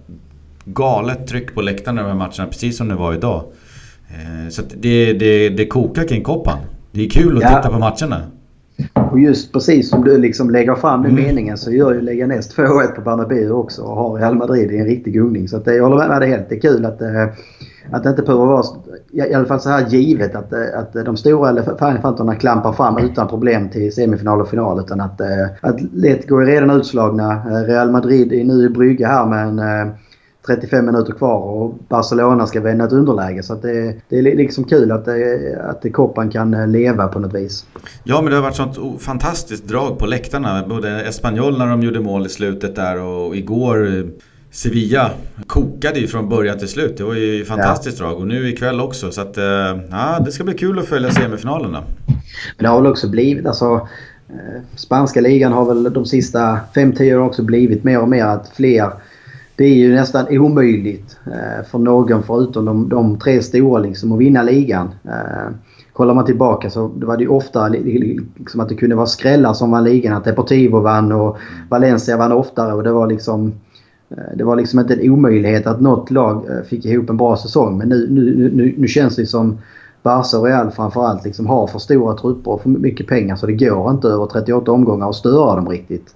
Galet tryck på läktarna i de här matcherna, precis som det var idag. Eh, så att det, det, det kokar kring koppan. Det är kul att ja. titta på matcherna.
Och just precis som du liksom lägger fram den mm. meningen, så gör ju Leganés två ett på Bernabéu också, och har Real Madrid i en riktig gungning. Så att det, jag håller med dig helt. Det är kul att, att det inte behöver vara i alla fall så här givet att, att de stora elefanterna klampar fram utan problem till semifinal och final, utan att, att Atletico är redan utslagna. Real Madrid är nu i brygga här med en trettiofem minuter kvar och Barcelona ska vända ett underläge. Så att det, det är liksom kul att, det, att Copan kan leva på något vis.
Ja, men det har varit sånt fantastiskt drag på läktarna. Både Espanyol när de gjorde mål i slutet där och igår Sevilla kokade ju från början till slut. Det var ju fantastiskt ja. drag och nu ikväll också. Så att, ja, det ska bli kul att följa semifinalerna.
Men det har väl också blivit, alltså spanska ligan har väl de sista fem till åren också blivit mer och mer att fler, det är ju nästan omöjligt för någon förutom de, de tre stora liksom att vinna ligan. Kollar man tillbaka så det var det ju ofta liksom att det kunde vara skrällar som vann ligan, att Deportivo vann och Valencia vann oftare och det var liksom det var liksom inte en omöjlighet att något lag fick ihop en bra säsong, men nu, nu, nu, nu känns det som Barca och Real framförallt liksom har för stora trupper och för mycket pengar så det går inte över trettioåtta omgångar att störa dem riktigt.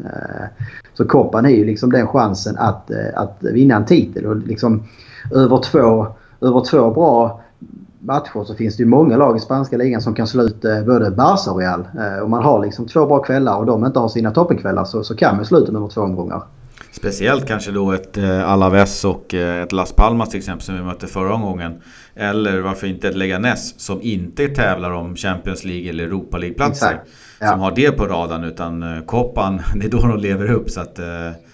Så Copan är ju liksom den chansen att, att vinna en titel och liksom över två, över två bra matcher så finns det ju många lag i spanska ligan som kan sluta både Barca och Real. Om man har liksom två bra kvällar och de inte har sina toppenkvällar så, så kan man sluta med två omgångar.
Speciellt kanske då ett eh, Alaves och eh, ett Las Palmas till exempel som vi mötte förra omgången. Eller varför inte ett Leganés som inte tävlar om Champions League eller Europa League-platser. Ja. Som har det på radarn utan eh, Copan, det är då de lever upp. Så att eh,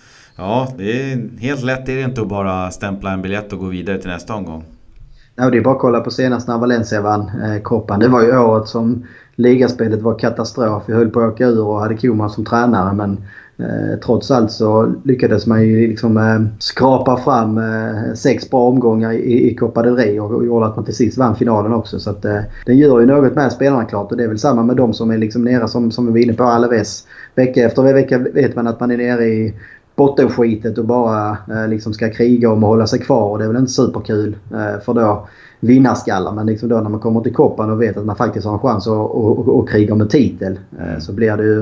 ja, det är helt lätt, det är inte att bara stämpla en biljett och gå vidare till nästa omgång.
Ja, det är bara att kolla på senast när Valencia vann eh, Copan. Det var ju året som ligaspelet var katastrof. Vi höll på att åka ur och hade Koeman som tränare men Eh, trots allt så lyckades man ju liksom eh, skrapa fram eh, sex bra omgångar i, i Copa del Rey och, och gjorde att man till sist vann finalen också. Så att eh, den gör ju något med spelarna klart och det är väl samma med de som är liksom nere som, som vi är inne på Alaves. Vecka efter vecka vet man att man är nere i bottenskitet och bara eh, liksom ska kriga om att hålla sig kvar och det är väl inte superkul eh, för då vinnarskallar. Men liksom då när man kommer till Copan och vet att man faktiskt har en chans att, att, att, att kriga om en titel eh, så blir det ju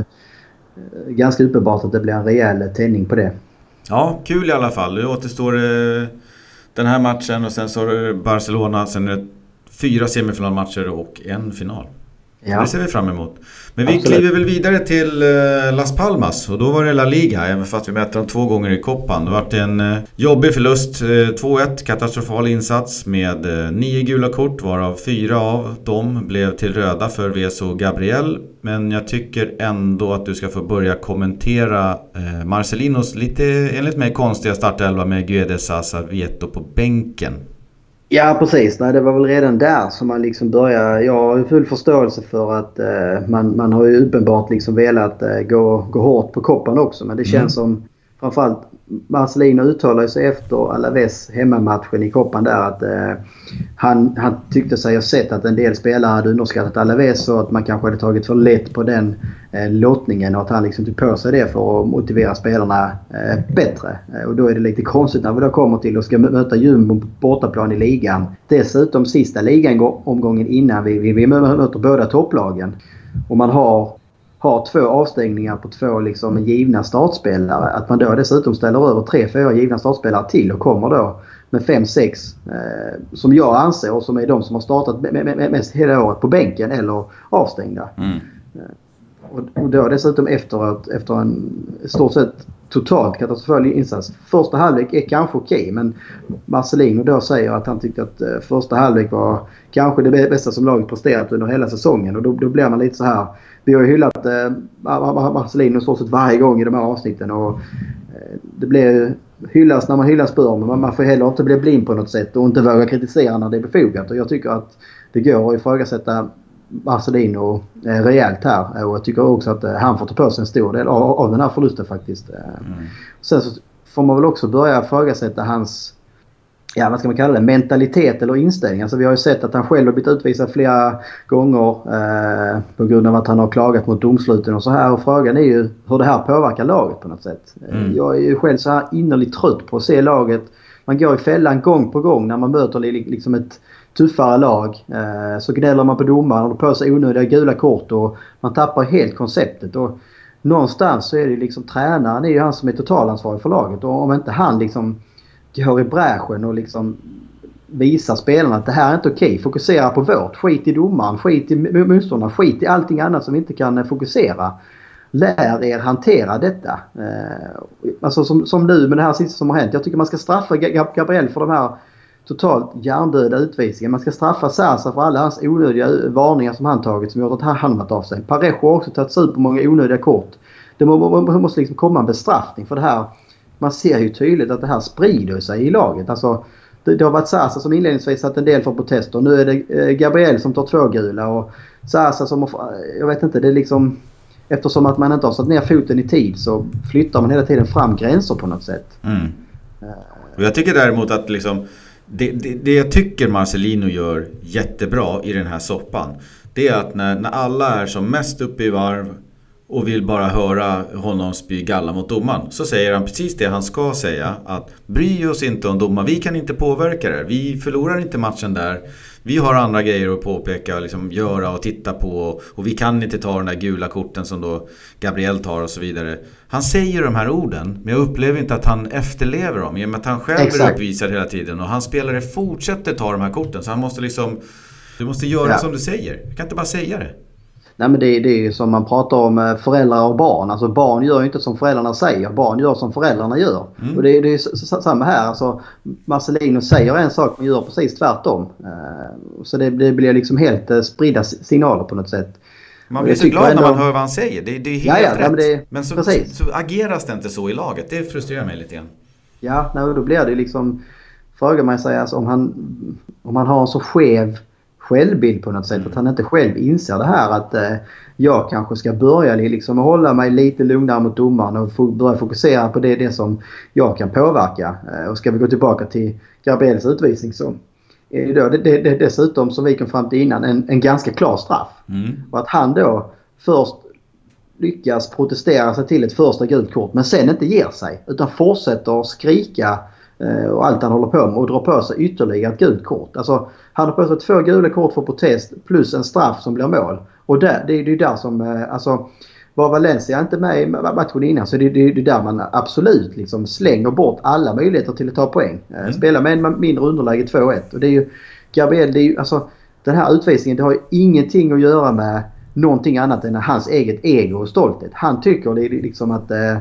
ganska uppenbart att det blir en rejäl tändning på det.
Ja, kul i alla fall. Nu återstår eh, den här matchen och sen så har du Barcelona, sen är det fyra semifinalmatcher och en final. Ja. Det ser vi fram emot. Men vi Absolut. kliver väl vidare till eh, Las Palmas och då var det La Liga, även fast vi mötte dem två gånger i Copan. Det var en eh, jobbig förlust, eh, två ett, katastrofal insats med eh, nio gula kort, varav fyra av dem blev till röda för Vez och Gabriel. Men jag tycker ändå att du ska få börja kommentera eh, Marcelinos lite enligt mig konstiga startelva med Guedes, Sasa, Vieto på bänken.
Ja, precis. Nej, det var väl redan där som man liksom börjar. Jag har ju full förståelse för att eh, man, man har ju uppenbart liksom velat eh, gå, gå hårt på Copan också. Men det känns mm. som framförallt Marcelino uttalar sig efter Alaves hemmamatchen i Copan där att eh, han, han tyckte sig ha sett att en del spelare hade underskattat Alaves och att man kanske hade tagit för lätt på den eh, lottningen och att han liksom tog på sig det för att motivera spelarna eh, bättre. Eh, och då är det lite konstigt när vi då kommer till och ska möta Jumbo på bortaplan i ligan. Dessutom sista ligan omgången innan vi, vi, vi möter båda topplagen och man har har två avstängningar på två liksom givna startspelare. Att man då dessutom ställer över tre, fyra givna startspelare till och kommer då med fem, sex eh, som jag anser och som är de som har startat mest hela året på bänken eller avstängda. Mm. Och, och då dessutom efteråt, efter en stort sett totalt katastrofal insats. Första halvlek är kanske okej, okay, men Marcelino då säger att han tyckte att eh, första halvlek var kanske det bästa som laget presterat under hela säsongen. Och då, då blir man lite så här. Vi har ju hyllat eh, Marcelino stort sett varje gång i de här avsnitten och eh, det blir hyllas när man hyllas bör, men man får heller inte bli blind på något sätt och inte våga kritisera när det är befogat. Och jag tycker att det går att ifrågasätta Marcelino eh, rejält här och jag tycker också att eh, han får ta på sig en stor del av, av den här förlusten faktiskt. Mm. Sen så får man väl också börja ifrågasätta hans, ja vad ska man kalla det, mentalitet eller inställning. Alltså vi har ju sett att han själv har blivit utvisad flera gånger eh, på grund av att han har klagat mot domsluten och så här. Och frågan är ju hur det här påverkar laget på något sätt. Mm. Jag är ju själv så här innerligt trött på att se laget. Man går i fällan gång på gång när man möter liksom ett tuffare lag. Eh, så gnäller man på domaren och på sig onödiga gula kort och man tappar helt konceptet. Och någonstans så är det liksom tränaren, det är ju han som är totalansvarig för laget. Och om inte han liksom går i bräschen och liksom visar spelarna att det här är inte okej. Fokusera på vårt. Skit i domaren, skit i motståndarna, skit i allting annat som vi inte kan fokusera. lär er hantera detta. Eh, alltså som, som nu med det här sista som har hänt. Jag tycker man ska straffa Gabriel för de här totalt hjärndöda utvisningen. Man ska straffa Sasa för alla hans onödiga varningar som han tagit som gjort att han hamnat av sig. Parejo har också tagit supermånga onödiga kort. Det måste liksom komma en bestraffning för det här. Man ser ju tydligt att det här sprider sig i laget. Alltså, det, det har varit Sasa som inledningsvis satt en del för protester. Nu är det Gabriel som tar två gula och Sasa som, jag vet inte, det är liksom, eftersom att man inte har satt ner foten i tid så flyttar man hela tiden fram gränser på något sätt.
Mm. Och jag tycker däremot att liksom Det, det, det jag tycker Marcelino gör jättebra i den här soppan, det är att när, när alla är som mest uppe i varv och vill bara höra honom spy galla mot domaren, så säger han precis det han ska säga, att bry oss inte om domaren, vi kan inte påverka det, vi förlorar inte matchen där, vi har andra grejer att påpeka, liksom göra och titta på, och vi kan inte ta den där gula korten som då Gabriel tar och så vidare. Han säger de här orden, men jag upplever inte att han efterlever dem, i och med att han själv blir uppvisad hela tiden och hans spelare fortsätter ta de här korten, så han måste liksom, du måste göra ja. som du säger, du kan inte bara säga det.
Nej, men det, det är ju som man pratar om föräldrar och barn. Alltså barn gör ju inte som föräldrarna säger. Barn gör som föräldrarna gör. Mm. Och det, det är ju samma här. Alltså, Marcelino säger en sak men gör precis tvärtom. Så det, det blir liksom helt spridda signaler på något sätt.
Man blir så glad ändå när man hör vad han säger. Det, det är helt ja, ja, rätt. Men, det,
men
så, så, så ageras det inte så i laget. Det frustrerar mig lite grann.
Ja, nej, då blir det liksom... Frågar man sig alltså, om han, om han har en så skev självbild på något sätt. Mm. Att han inte själv inser det här att eh, jag kanske ska börja liksom hålla mig lite lugnare mot domaren och få, börja fokusera på det, det som jag kan påverka. Eh, och ska vi gå tillbaka till Gabriels utvisning så är det, då, det, det, det dessutom som vi kom fram till innan en, en ganska klar straff. Mm. Och att han då först lyckas protestera sig till ett första gult kort men sen inte ger sig utan fortsätter att skrika och allt han håller på med och drar på sig ytterligare ett gult kort. Alltså, han har på sig två gula kort för protest plus en straff som blir mål. Och där, det är ju där som, alltså, var Valencia inte med i matchen innan så det är det, det där man absolut liksom slänger bort alla möjligheter till att ta poäng. Mm. Spela med en mindre underläge två ett. Och det är ju, Gabriel, det är ju, alltså, den här utvisningen det har ju ingenting att göra med någonting annat än hans eget ego och stolthet. Han tycker det är liksom att eh,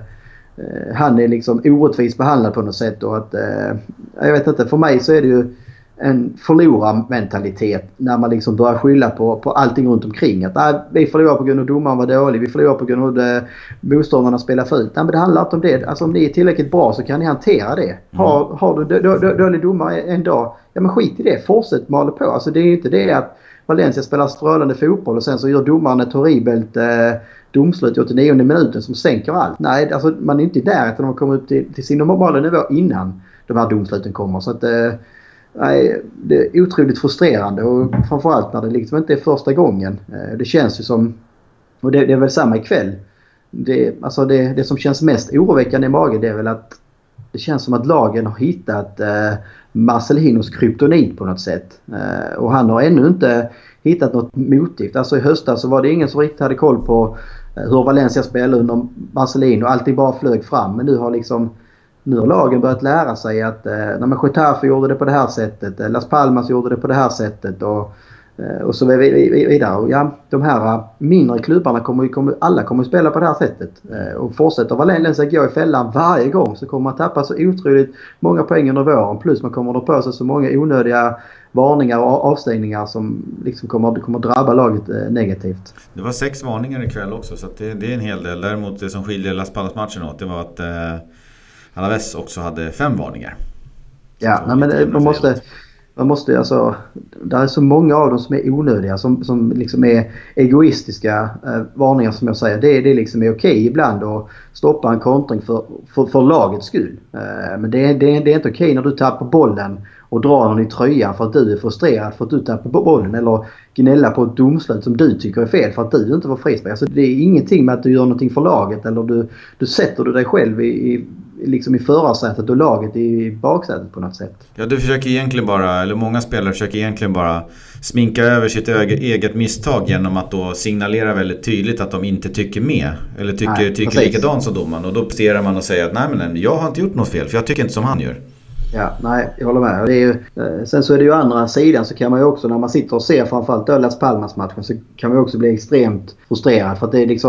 han är liksom orättvist behandlad på något sätt och att eh, jag vet inte, för mig så är det ju en förlorarmentalitet när man liksom börjar skylla på, på allting runt omkring. Att nej, vi förlorar på grund av domaren var dålig, vi förlorar på grund av att motståndarna spelar fult. Nej, men det handlar inte om det. Alltså om ni är tillräckligt bra så kan ni hantera det. Mm. Har, har du dö, dö, dålig domare en dag, ja men skit i det, fortsätt mala på. Alltså det är ju inte det att Valencia spelar strålande fotboll och sen så gör domaren ett horribelt eh, domslut i åttionionde minuten som sänker allt. Nej, alltså man är inte där utan de kommer upp till, till sin normala nivå innan de här domsluten kommer. Så att eh, nej, det är otroligt frustrerande och framförallt när det liksom inte är första gången. Eh, det känns ju som, och det, det är väl samma ikväll. Det, alltså det, det som känns mest oroväckande i magen det är väl att det känns som att lagen har hittat eh, Marcelinos kryptonit på något sätt. Eh, och han har ännu inte hittat något motivt. Alltså i höstas så var det ingen som riktigt hade koll på eh, hur Valencia spelade under Marcelino. Alltid bara flög fram. Men nu har liksom nu har lagen börjat lära sig att eh, när man Getafe gjorde det på det här sättet. Eh, Las Palmas gjorde det på det här sättet. Och, eh, och så vidare. Och ja, de här mindre klubbarna kommer, kommer alla kommer att spela på det här sättet. Eh, och fortsätter Valencia gå i fällan varje gång så kommer man tappa så otroligt många poäng under våren. Plus man kommer att dra på sig så många onödiga varningar och avstängningar som liksom kommer, kommer att drabba laget eh, negativt.
Det var sex varningar ikväll också så att det, det är en hel del. Däremot det som skiljer Las Palmas-matchen åt det var att eh, Alaves också hade fem varningar.
Ja, nej, men det, man måste... Man måste alltså, det är så många av dem som är onödiga, som, som liksom är egoistiska eh, varningar som jag säger. Det, det liksom är okej ibland att stoppa en kontring för, för, för lagets skull. Eh, men det, det, det är inte okej när du tappar bollen och drar någon i tröjan för att du är frustrerad för att du tappar bollen eller gnälla på ett domslut som du tycker är fel för att du inte var frispel. Alltså det är ingenting med att du gör någonting för laget eller du, du sätter du dig själv i, i liksom i förarsätet och laget i baksätet på något sätt.
Ja, du försöker egentligen bara, eller många spelare försöker egentligen bara sminka över sitt eget misstag genom att då signalera väldigt tydligt att de inte tycker med eller tycker, nej, tycker likadant som domaren och då presterar man och säger att nej men jag har inte gjort något fel för jag tycker inte som han gör.
Ja, nej, jag håller med. Det är ju, sen så är det ju andra sidan så kan man ju också när man sitter och ser framförallt då Las Palmas-matchen så kan man ju också bli extremt frustrerad för att det är liksom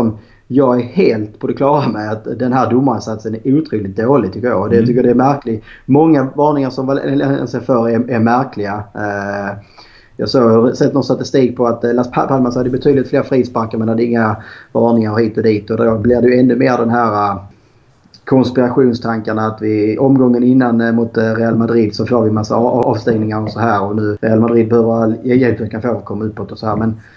jag är helt på det klara med att den här domarinsatsen är otroligt dålig tycker jag. Och det mm. tycker jag det är märkligt. Många varningar som Valencia för är, är märkliga. Uh, jag har sett någon statistik på att Las Palmas hade betydligt fler frisparkar men hade inga varningar hit och dit. Och då blir det ju ännu mer den här uh, konspirationstankarna att vi omgången innan mot Real Madrid så får vi massa avstängningar och så här. Och nu Real Madrid behöver hjälp kan få att komma uppåt och så här. Men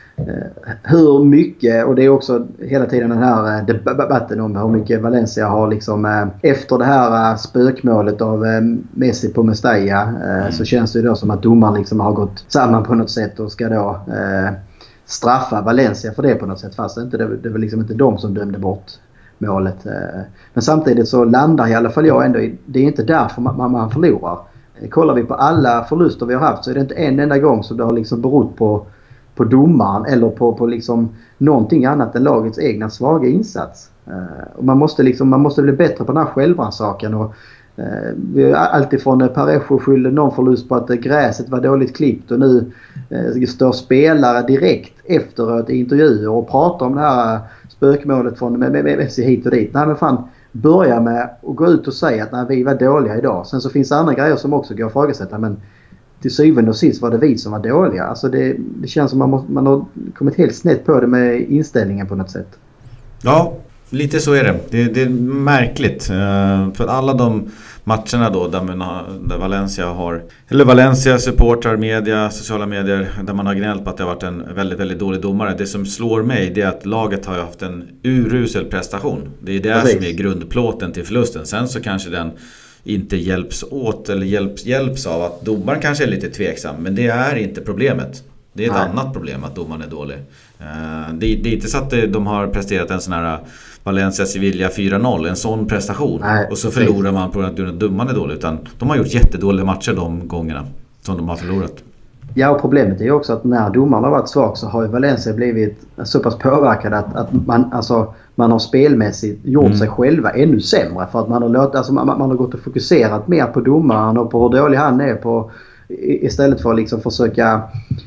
hur mycket, och det är också hela tiden den här debatten om hur mycket Valencia har liksom efter det här spökmålet av Messi på Mestalla mm. så känns det då som att domaren liksom har gått samman på något sätt och ska då eh, straffa Valencia för det på något sätt, fast det, inte, det var liksom inte de som dömde bort målet. Men samtidigt så landar i alla fall jag ändå, det är inte därför man, man förlorar. Kollar vi på alla förluster vi har haft så är det inte en enda gång som det har liksom berott på på domaren eller på, på liksom någonting annat än lagets egna svaga insats. Uh, och man måste liksom man måste bli bättre på den här självrannsakan och uh, vi alltid från Parejo skyllde någon förlust på att gräset var dåligt klippt och nu uh, står spelare direkt efteråt i intervjuer och pratar om det här spökmålet från Messi hit och dit. Nej men fan, börja med att gå ut och säga att nej, vi var dåliga idag. Sen så finns det andra grejer som också går att ifrågasätta, men till syvende och sist var det vi som var dåliga. Alltså det, det känns som man, måste, man har kommit helt snett på det med inställningen på något sätt.
Ja, lite så är det. Det, det är märkligt. För alla de matcherna då där, man har, där Valencia har, eller Valencia supportrar, media, sociala medier, där man har gnällt på att det har varit en väldigt, väldigt dålig domare. Det som slår mig det är att laget har haft en urusel prestation. Det är det Precis. som är grundplåten till förlusten. Sen så kanske den inte hjälps åt eller hjälps, hjälps av att domaren kanske är lite tveksam, men det är inte problemet. Det är ett Nej. annat problem att domaren är dålig. Uh, det, det är inte så att de har presterat en sån här Valencia Sevilla fyra noll, en sån prestation. Nej, och så förlorar man på att domaren är dålig, utan de har gjort jättedåliga matcher de gångerna som de har förlorat.
Ja, och problemet är ju också att när domaren har varit svag så har ju Valencia blivit så pass påverkad att, att man, alltså, man har spelmässigt gjort mm. sig själva ännu sämre. För att man har, låt, alltså, man, man har gått och fokuserat mer på domaren och på hur dålig han är på, istället för att liksom försöka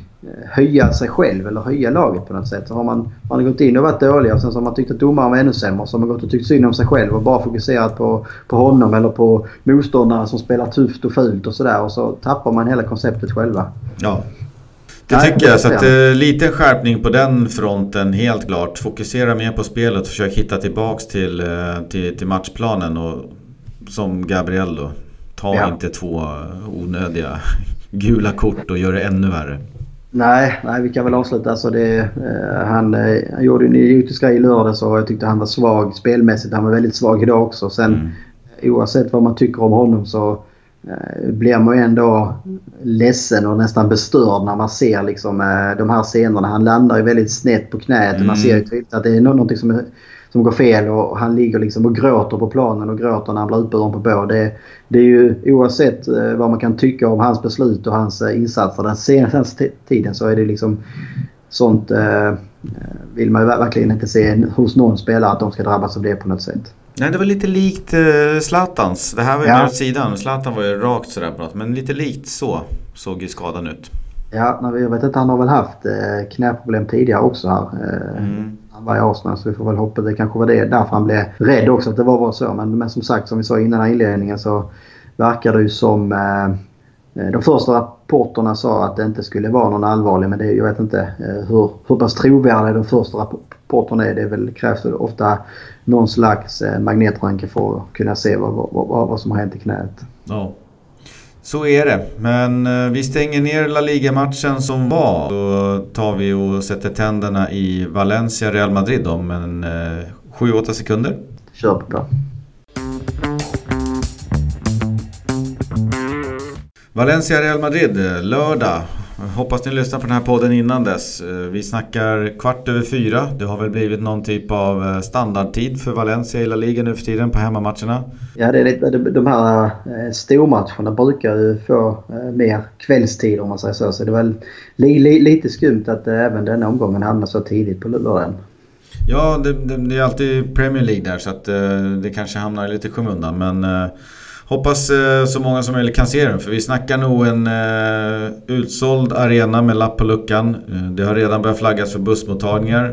höja sig själv eller höja laget på något sätt. Så har man, man har gått in och varit dålig och sen så har man tyckt att domaren var ännu sämre, så har man gått och tyckt synd om sig själv och bara fokuserat på, på honom eller på motståndare som spelar tufft och fult och sådär, och så tappar man hela konceptet själva.
Ja, det Nej, tycker jag. Så att, eh, lite skärpning på den fronten, helt klart. Fokusera mer på spelet och försök hitta tillbaks till, eh, till, till matchplanen, och som Gabriel då, ta ja. inte två onödiga gula kort och gör det ännu värre.
Nej, nej, vi kan väl avsluta. Alltså det, eh, han, eh, han gjorde en idiotisk grej i lördag, så jag tyckte han var svag spelmässigt. Han var väldigt svag idag också. Sen mm. oavsett vad man tycker om honom så eh, blir man ju ändå ledsen och nästan bestörd när man ser liksom, eh, de här scenerna. Han landar ju väldigt snett på knät mm. och man ser ju tydligt att det är någonting som är som går fel, och han ligger liksom och gråter på planen och gråter när han blir utburen på båd. Det, det är ju oavsett eh, vad man kan tycka om hans beslut och hans eh, insatser den senaste tiden, så är det liksom sånt eh, vill man ju verkligen inte se hos någon spelare, att de ska drabbas av det på något sätt.
Nej, det var lite likt eh, Zlatans. Det här var ju ja. mer åt sidan. Zlatan var ju rakt sådär på något, men lite likt så såg ju skadan ut.
Ja, jag vet att han har väl haft eh, knäproblem tidigare också här. Eh, mm. Han var i Arsenal, så vi får väl hoppas det kanske var det därför han blev rädd också att det var bara så. Men, men som sagt, som vi sa innan inledningen, så verkar det ju som eh, de första rapporterna sa att det inte skulle vara någon allvarlig, men det, jag vet inte eh, hur, hur pass trovärdiga de första rapporterna är. Det är väl, krävs det ofta någon slags eh, magnetröntgen för att kunna se vad, vad, vad, vad som har hänt i knät.
Ja. Så är det, men vi stänger ner La Liga-matchen som var. Då tar vi och sätter tänderna i Valencia Real Madrid om en eh, sju åtta sekunder.
Kör på då.
Valencia Real Madrid, lördag. Hoppas ni lyssnar på den här podden innan dess. Vi snackar kvart över fyra. Det har väl blivit någon typ av standardtid för Valencia i La Liga nu för tiden på hemmamatcherna.
Ja, det är lite, de här stormatcherna brukar ju få mer kvällstid om man säger så. Så det är väl li, li, lite skumt att även denna omgången hamnar så tidigt på lördagen.
Ja, det, det, det är alltid Premier League där, så att det kanske hamnar lite skymundan, men hoppas eh, så många som möjligt kan se den, för vi snackar nog en eh, utsåld arena med lapp på luckan. Eh, det har redan börjat flaggas för bussmottagningar.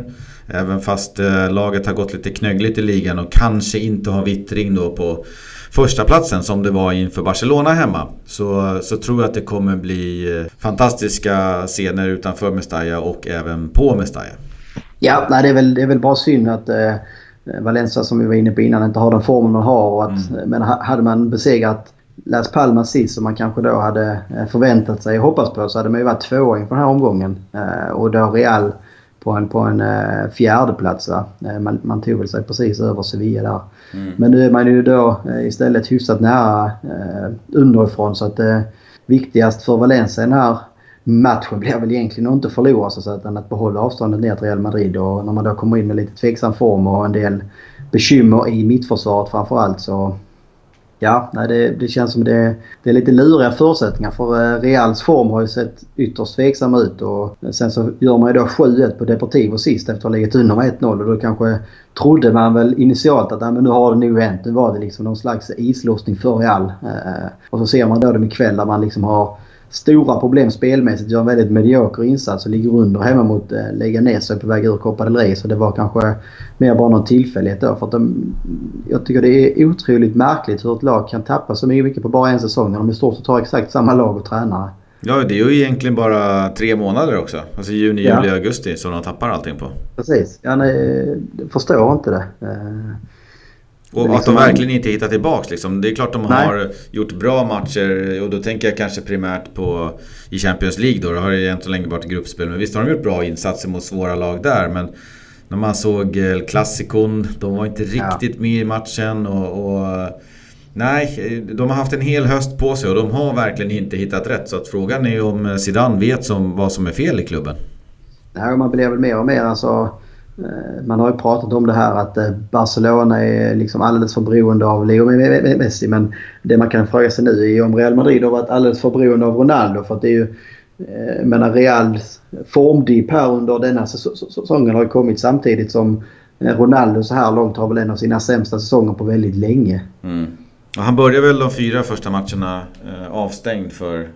Även fast eh, laget har gått lite knöggligt i ligan och kanske inte har vittring då på första platsen som det var inför Barcelona hemma, så, så tror jag att det kommer bli fantastiska scener utanför Mestalla och även på Mestalla.
Ja, nej, det, är väl, det är väl bara synd att eh, Valencia, som vi var inne på innan, inte har den formen man har. Och att, mm. Men hade man besegrat Las Palmas sist, som man kanske då hade förväntat sig och hoppats på, så hade man ju varit tvååring på den här omgången. Eh, och då Real på en, på en uh, fjärde plats. Va? Uh, man, man tog väl sig precis över Sevilla där. Mm. Men nu är man ju då uh, istället hyfsat nära uh, underifrån, så att det uh, viktigast för Valencia den här matchen blir väl egentligen inte förlora, så att, att behålla avståndet ner till Real Madrid. Och när man då kommer in med lite tveksam form och en del bekymmer i mittförsvaret framförallt, så ja, nej, det, det känns som det, det är lite luriga förutsättningar, för Reals form har ju sett ytterst tveksam ut, och sen så gör man ju då sju ett på Deportivo sist efter att ha legat under med ett noll, och då kanske trodde man väl initialt att men nu har det nog hänt, nu var det liksom någon slags islåsning för Real. Och så ser man då dem ikväll där man liksom har stora problem spelmässigt, gör en väldigt medioker insats och ligger under hemma mot eh, Leganés och är på väg ur Copa del Rey. Så det var kanske mer bara någon tillfällighet då, för att de, jag tycker det är otroligt märkligt hur ett lag kan tappa så mycket på bara en säsong när de i stort sett har exakt samma lag och tränare.
Ja, det är ju egentligen bara tre månader också. Alltså juni, ja. juli, augusti som de tappar allting på.
Precis, ja, nej, förstår inte det. Eh,
Och liksom att de verkligen inte hittar tillbaks liksom. Det är klart de har Nej. gjort bra matcher, och då tänker jag kanske primärt på i Champions League då. Det har ju egentligen länge varit gruppspel, men visst har de gjort bra insatser mot svåra lag där. Men när man såg El Clasicon, de var inte riktigt ja. med i matchen och, och nej, de har haft en hel höst på sig och de har verkligen inte hittat rätt. Så att frågan är om Zidane vet som, vad som är fel i klubben.
Nej, man blir väl mer och mer alltså. Man har ju pratat om det här att Barcelona är liksom alldeles för beroende av Leo Messi, men det man kan fråga sig nu är om Real Madrid har varit alldeles för beroende av Ronaldo, för att det är ju, jag menar, Reals formdipp här under denna säsongen har ju kommit samtidigt som Ronaldo så här långt har väl en av sina sämsta säsonger på väldigt länge.
Mm. Och han började väl de fyra första matcherna eh, avstängd för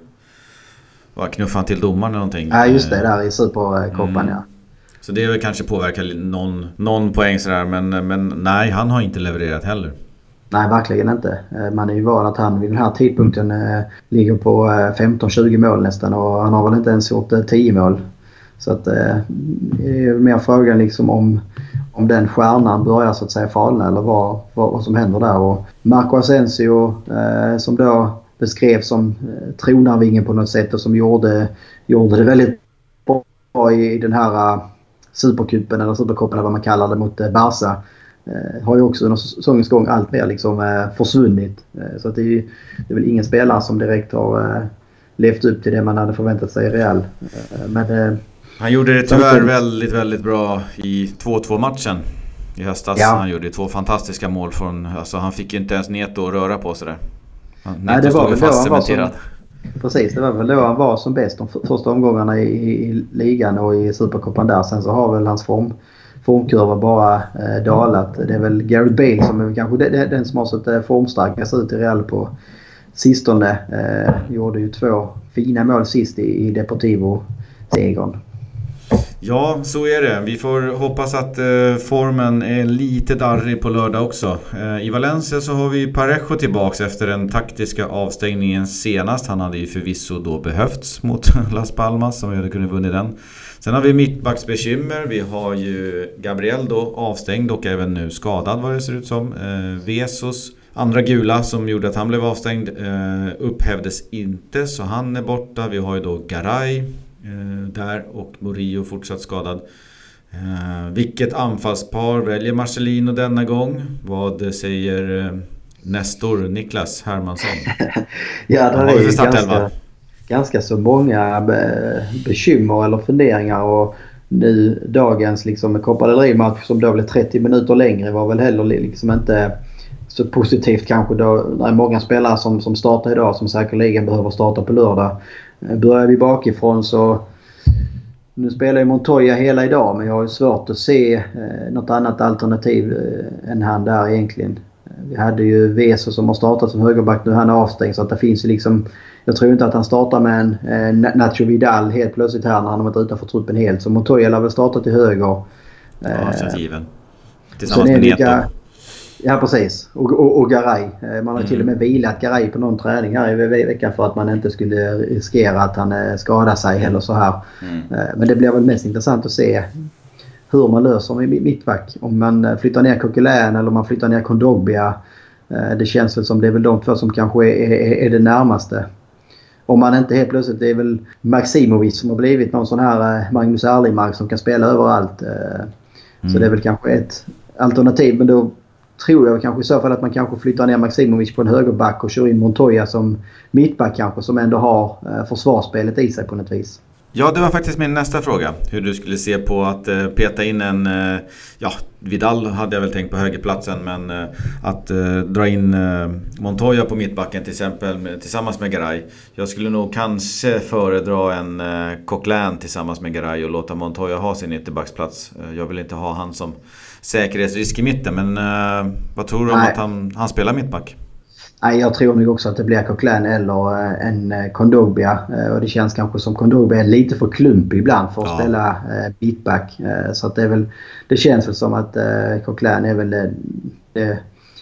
vad knuffan till domaren eller någonting.
Ja, just det, där i Supercopan, mm. ja.
Så det är väl kanske påverkar någon, någon poäng sådär, men, men nej, han har inte levererat heller.
Nej, verkligen inte. Man är ju van att han vid den här tidpunkten eh, ligger på eh, femton tjugo mål nästan, och han har väl inte ens gjort eh, tio mål. Så att eh, det är mer frågan liksom om, om den stjärnan börjar så att säga falna, eller vad, vad, vad som händer där. Och Marco Asensio eh, som då beskrevs som eh, tronarvingen på något sätt, och som gjorde, gjorde det väldigt bra i, i den här uh, Supercupen eller Supercupen eller vad man kallar det mot eh, Barca. Eh, har ju också under säsongens gång allt mer liksom, eh, försvunnit. Eh, så att det, är, det är väl ingen spelare som direkt har eh, levt upp till det man hade förväntat sig i Real. Eh, men, eh,
han gjorde det tyvärr samtidigt väldigt, väldigt bra i två två matchen i höstas. Ja. Han gjorde två fantastiska mål från, alltså han fick ju inte ens Neto att röra på sig där. Han,
Nej,
Neto
det var väl
fast
då han var som, Precis, det var väl då han var som bäst de första omgångarna i, i, i ligan och i Supercupen där. Sen så har väl hans form, formkurva bara eh, dalat. Det är väl Gareth Bale som är kanske den, den som har sett eh, formstarkast ut i Real på sistone. Eh, gjorde ju två fina mål sist i, i Deportivo-segern.
Ja, så är det. Vi får hoppas att eh, formen är lite darrig på lördag också. Eh, I Valencia så har vi Parejo tillbaks efter den taktiska avstängningen senast. Han hade ju förvisso då behövts mot Las Palmas, som vi hade kunnat vinna den. Sen har vi mittbacksbekymmer. Vi har ju Gabriel då avstängd och även nu skadad vad det ser ut som. Eh, Vesos andra gula som gjorde att han blev avstängd eh, upphävdes inte, så han är borta. Vi har ju då Garay där och Murillo fortsatt skadad. Eh, vilket anfallspar väljer Marcelino denna gång? Vad säger eh, Nestor Niklas Hermansson?
Ja, det är ju ganska, ganska så många be- bekymmer eller funderingar, och nu dagens liksom Copa del Rey-match som då blev trettio minuter längre var väl heller liksom inte så positivt kanske. Då, det är många spelare som, som startar idag som säkerligen behöver starta på lördag. Börjar vi bakifrån så nu spelar ju Montoya hela idag, men jag har ju svårt att se eh, något annat alternativ eh, än han där egentligen. Vi hade ju Veso som har startat som högerback, nu han är avstängd, så att det finns ju liksom, jag tror inte att han startar med en eh, Nacho Vidal helt plötsligt här när han har varit utanför truppen helt, så Montoya har väl startat till höger.
Ja, det känns given. Tillsammans med Neto.
Ja, precis. Och, och, och Garay. Man har mm. till och med vilat Garay på någon träning här i veckan för att man inte skulle riskera att han skadar sig mm. eller så här. Mm. Men det blir väl mest intressant att se hur man löser med mittback. Om man flyttar ner Coquelin eller om man flyttar ner Kondogbia. Det känns väl som det är väl de två som kanske är, är, är det närmaste. Om man inte helt plötsligt, det är väl Maximovic som har blivit någon sån här Magnus Erlingmark som kan spela överallt. Mm. Så det är väl kanske ett alternativ, men då tror jag kanske i så fall att man kanske flyttar ner Maximovic på en högerback och kör in Montoya som mittback kanske, som ändå har försvarsspelet i sig på något vis.
Ja, det var faktiskt min nästa fråga. Hur du skulle se på att eh, peta in en... Eh, ja, Vidal hade jag väl tänkt på högerplatsen. Men eh, att eh, dra in eh, Montoya på mittbacken till exempel med, tillsammans med Garay. Jag skulle nog kanske föredra en eh, Coquelin tillsammans med Garay och låta Montoya ha sin ytterbacksplats. Eh, jag vill inte ha han som säkerhetsrisk i mitten. Men eh, vad tror du om Nej. att han, han spelar mittback?
Nej, jag tror nog också att det blir Coquelin eller en Kondogbia. Och det känns kanske som Kondogbia är lite för klumpig ibland för att ja. spela mittback. Så att det, är väl, det känns väl som att Coquelin är väl det, det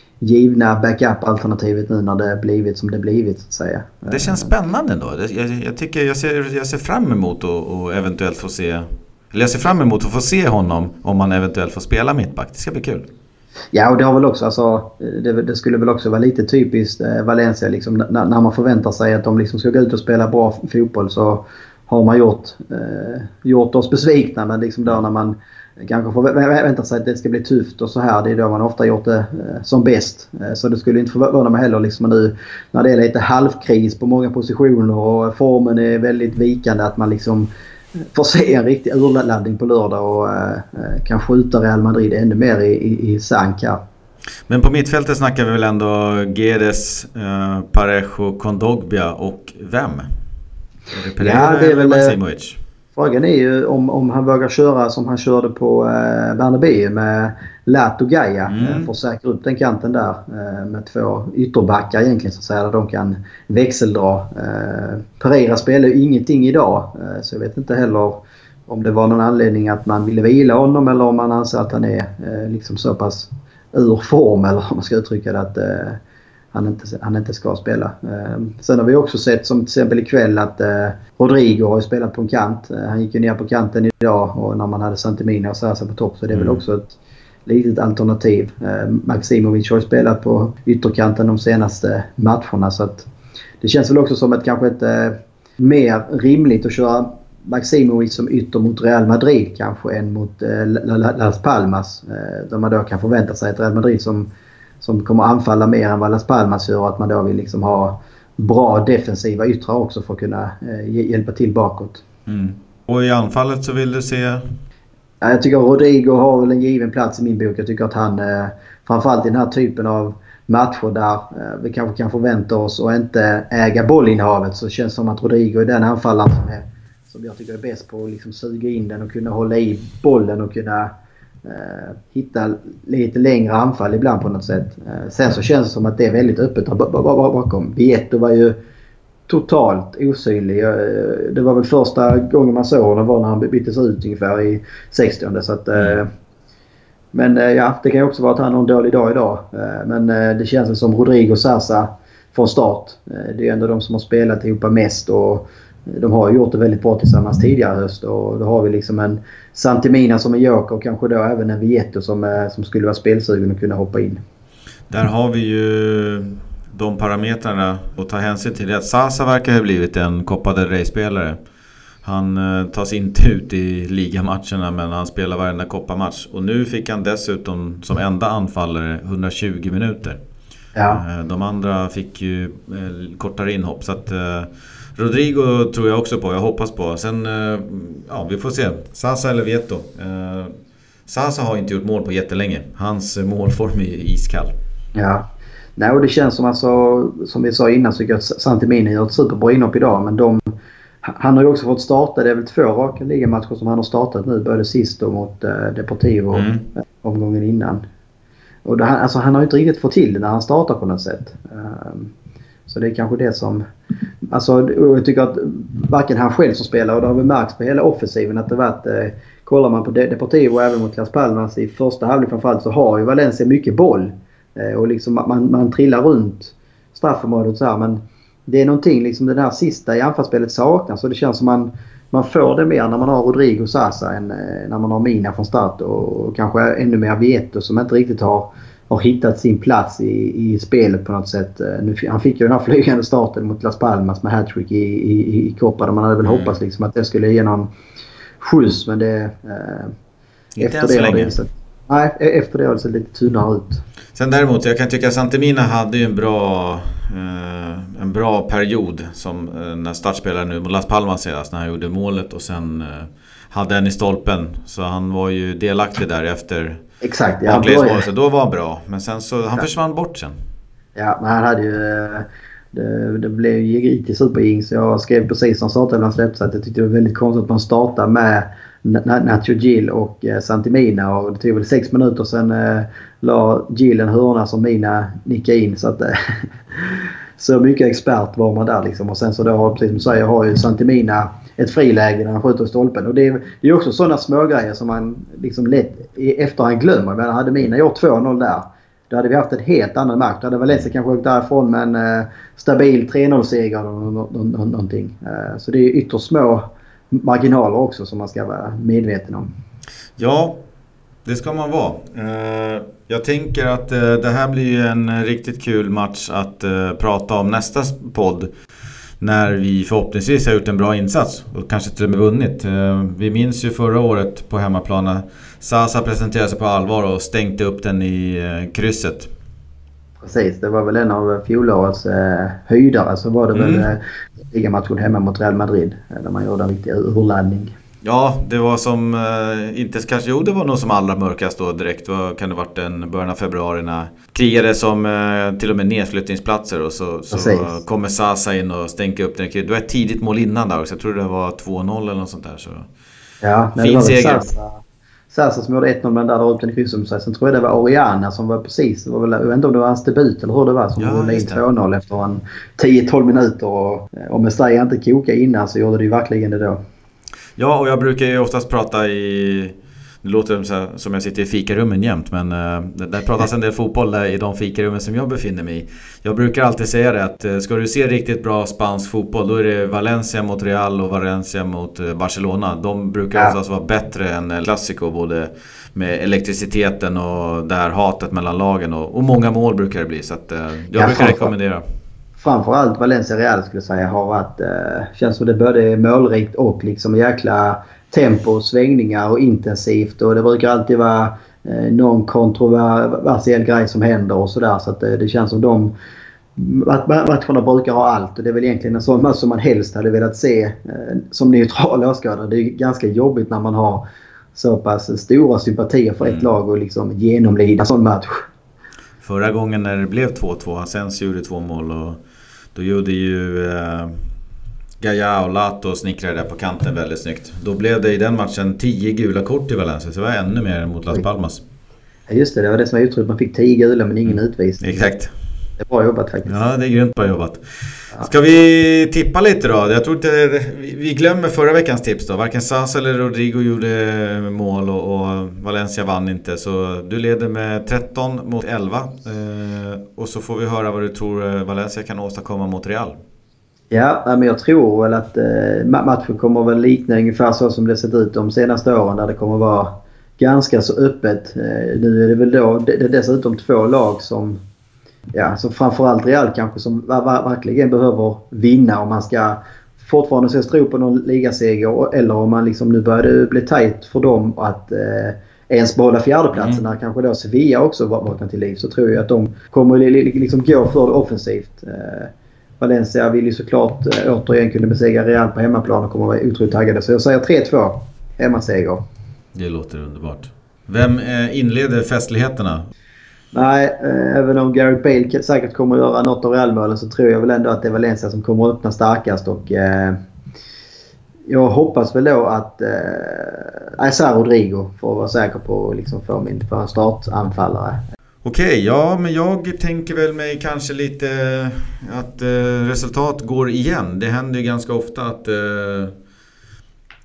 givna backup-alternativet nu när det blivit som det blivit, så att säga.
Det känns spännande då. Jag, jag, tycker, jag, ser, jag ser fram emot att och eventuellt få se... Eller jag ser fram emot att få se honom om man eventuellt får spela mittback. Det ska bli kul.
Ja, och det har väl också, alltså, det, det skulle väl också vara lite typiskt eh, Valencia liksom, när, när man förväntar sig att de liksom ska gå ut och spela bra fotboll, så har man gjort, eh, gjort oss besvikna, men liksom då när man kanske får vänta sig att det ska bli tufft och så här, det är då man ofta gjort det eh, som bäst. Eh, så det skulle inte förvåna mig heller liksom nu när det är lite halvkris på många positioner och formen är väldigt vikande, att man liksom får se en riktig urladdning på lördag och eh, kan skjuta Real Madrid ännu mer i, i, i sank här.
Men på mittfältet snackar vi väl ändå Guedes, eh, Parejo, Kondogbia och vem? Är det Pereira ja, det är eller väl, Maximovic?
Frågan är ju om, om han vågar köra som han körde på eh, Bernabéu med Lat och Gaia mm. eh, för att säkra upp den kanten där eh, med två ytterbackar egentligen, så att säga, där de kan växeldra. Eh, Pereira spelar ju ingenting idag, eh, så jag vet inte heller om det var någon anledning att man ville vila honom eller om man anser att han är eh, liksom så pass ur form, eller om man ska uttrycka det, att eh, han, inte, han inte ska spela. Eh, sen har vi också sett som till exempel ikväll att eh, Rodrigo har spelat på en kant. Eh, han gick ju ner på kanten idag och när man hade Santimina och Sasa på topp, så det är mm. väl också ett litet alternativ. Eh, Maximovic har ju spelat på ytterkanten de senaste matcherna, så att det känns väl också som ett kanske ett eh, mer rimligt att köra Maximovic som ytter mot Real Madrid kanske än mot eh, Las Palmas. Eh, där man då kan förvänta sig ett Real Madrid som, som kommer anfalla mer än vad Las Palmas gör, att man då vill liksom ha bra defensiva yttrar också för att kunna eh, hjälpa till bakåt.
Mm. Och i anfallet så vill du se...
Jag tycker att Rodrigo har väl en given plats i min bok. Jag tycker att han, eh, framförallt i den här typen av matcher där eh, vi kanske kan förvänta oss och inte äga bollinnehavet, så känns det som att Rodrigo är den anfallaren som, är, som jag tycker är bäst på att liksom suga in den och kunna hålla i bollen och kunna eh, hitta lite längre anfall ibland på något sätt. Eh, sen så känns det som att det är väldigt öppet bakom. Vietto var ju totalt osynlig. Det var väl första gången man såg honom var när han byttes ut ungefär i sextionde. Så att, mm. Men ja, det kan ju också vara att han har en dålig dag idag. Men det känns som Rodrigo och Sasa från start. Det är ändå de som har spelat ihop mest och de har gjort det väldigt bra tillsammans tidigare höst. Och då har vi liksom en Santimina som är joker och kanske då även en Vietto som, som skulle vara spelsugen och kunna hoppa in.
Där har vi ju de parametrarna att ta hänsyn till. Att Sasa verkar ha blivit en Copa del Rey-spelare. Han eh, tas inte ut i ligamatcherna, men han spelar varenda Copa-match. Och nu fick han dessutom som enda anfallare hundratjugo minuter. Ja. Eh, de andra fick ju eh, kortare inhopp. Så att eh, Rodrigo tror jag också på. Jag hoppas på. Sen, eh, ja, vi får se. Sasa eller Vietto. Eh, Sasa har inte gjort mål på jättelänge. Hans eh, målform är iskall.
Ja. Nej, och det känns som, alltså, som vi sa innan, så tycker jag att Santimina gör ett superbra inhopp idag. Men de, han har ju också fått starta, det är väl två raka ligamatcher som han har startat nu. Både sist och mot eh, Deportivo mm. omgången innan. Och det, alltså, han har ju inte riktigt fått till det när han startar på något sätt. Um, så det är kanske det som... Alltså, jag tycker att varken han själv som spelar, och det har vi märkt på hela offensiven att det varit eh, kollar man på Deportivo och även mot Las Palmas i första halvlek framförallt, så har ju Valencia mycket boll. Eh, och liksom man, man trillar runt straffområdet så här, men det är någonting liksom det där sista i anfallsspelet saknas, så det känns som man man får det mer när man har Rodrigo Sasa än när man har Mina från start, och kanske ännu mer Vieto som inte riktigt har, har hittat sin plats i, i spelet på något sätt. Nu, han fick ju den här flygande starten mot Las Palmas med hattrick i, i, i Copa, där man hade väl mm. hoppats liksom att det skulle ge någon skjuts, men det eh, efter det har det sett, nej, efter det har det sett lite tunnare ut.
Sen däremot, jag kan tycka att Santemina hade ju en bra eh, en bra period som eh, när startspelaren nu mot Las Palmas senast, när han gjorde målet och sen eh, hade en i stolpen, så han var ju delaktig där efter.
Exakt, ja,
då, mål, så då var han bra, men sen så han ja. försvann bort sen.
Ja, men han hade ju det, det blev ju riktigt supering, så jag skrev precis som startelvan släpptes att jag tyckte det var väldigt konstigt att man startar med Nacho Gil och eh, Santimina, och det tog väl sex minuter sen eh, la Gil en hörna som Mina nickade in, så att eh, så mycket expert var man där liksom. Och sen så då har, precis som du säger, har ju Santimina ett friläge när han skjuter i stolpen, och det är ju är också sådana små grejer som man liksom lätt i efterhand glömmer. Men hade Mina gjort två noll där, då hade vi haft en helt annan match. Då hade Valencia kanske åkt därifrån med en eh, stabil tre noll-seger eller någonting. Eh, så det är ytterst små marginaler också som man ska vara medveten om.
Ja, det ska man vara. Jag tänker att det här blir en riktigt kul match att prata om nästa podd, när vi förhoppningsvis har gjort en bra insats och kanske till och med vunnit. Vi minns ju förra året på hemmaplan när Sasa presenterade sig på allvar och stängde upp den i krysset.
Precis, det var väl en av fjolårets eh, höjdare, så var det mm. väl eh, ligamatchen hemma mot Real Madrid där man gjorde en riktig urladdning.
Ja, det var som eh, inte kanske jo, det var nog som allra mörkast då direkt. Vad kan det varit en början av februari när krigade som eh, till och med nedflyttningsplatser, och så, så kommer Sasa in och stänker upp den. Det var ett tidigt mål innan där också. Jag tror det var två noll eller något sånt där, så
ja,
fin
det
seger.
Sasa. Sasa som gjorde ett noll, men där drar upp den i krysset. Sen tror jag det var Oriana som var precis, det var väl, jag vet inte om det var hans debut eller hur det var, som ja, gjorde in två noll efter en tio tolv minuter, och om Mestalla inte koka innan så gjorde det ju verkligen det då.
Ja, och jag brukar ju oftast prata i, det låter så här, som jag sitter i fikarummen jämt, men uh, där pratas en del fotboll där, i de fikarummen som jag befinner mig i. Jag brukar alltid säga det att uh, ska du se riktigt bra spansk fotboll, då är det Valencia mot Real och Valencia mot uh, Barcelona. De brukar ja. oftast vara bättre än El Clasico, både med elektriciteten och där hatet mellan lagen, och, och många mål brukar det bli, så att uh, jag ja, brukar rekommendera.
Framförallt Valencia Real skulle jag säga har varit, eh, känns som det både målrikt och liksom jäkla tempo, svängningar och intensivt, och det brukar alltid vara eh, någon kontroversiell grej som händer och sådär, så att eh, det känns som de matcherna brukar ha allt, och det är väl egentligen en sån match som man helst hade velat se eh, som neutral åskådare. Det är ganska jobbigt när man har så pass stora sympatier för ett mm. lag och liksom genomlida en sån match.
Förra gången när det blev två två, Asensio gjorde två mål, och då gjorde ju eh, Gaia och Lato snickrade där på kanten väldigt snyggt. Då blev det i den matchen tio gula kort i Valencia, så det var ännu mer mot Las Palmas.
Ja, just det, det var det som var uttryckt. Man fick tio gula men ingen mm. utvisning.
Exakt.
Det är bra jobbat faktiskt.
Ja, det är grymt bra jobbat. Ska vi tippa lite då? Jag tror inte, vi glömmer förra veckans tips då. Varken Sasa eller Rodrigo gjorde mål, och, och Valencia vann inte. Så du leder med tretton mot elva. Eh, och så får vi höra vad du tror Valencia kan åstadkomma mot Real.
Ja, men jag tror väl att eh, matchen kommer väl likna ungefär så som det sett ut de senaste åren, där det kommer vara ganska så öppet. Eh, nu är det väl då det är dessutom två lag som Ja, så framförallt Real kanske som verkligen behöver vinna om man ska fortfarande se tro på någon ligaseger, eller om man liksom nu börjar det bli tajt för dem att eh, ens behålla fjärdeplatsen, mm. när kanske då Sevilla också vaknar till liv, så tror jag att de kommer liksom gå för det offensivt. Eh, Valencia vill ju såklart eh, återigen kunna besegra Real på hemmaplan och kommer vara otroligt taggade, så jag säger tre två hemmaseger.
Det låter underbart. Vem eh, inleder festligheterna?
Nej, eh, även om Gareth Bale säkert kommer att göra något av Real-målen, så tror jag väl ändå att det är Valencia som kommer att öppna starkast, och eh, jag hoppas väl då att eh, Isar Rodrigo får vara säker på liksom för min för en startanfallare.
Okej, okay, ja, men jag tänker väl mig kanske lite att eh, resultat går igen. Det händer ju ganska ofta att eh,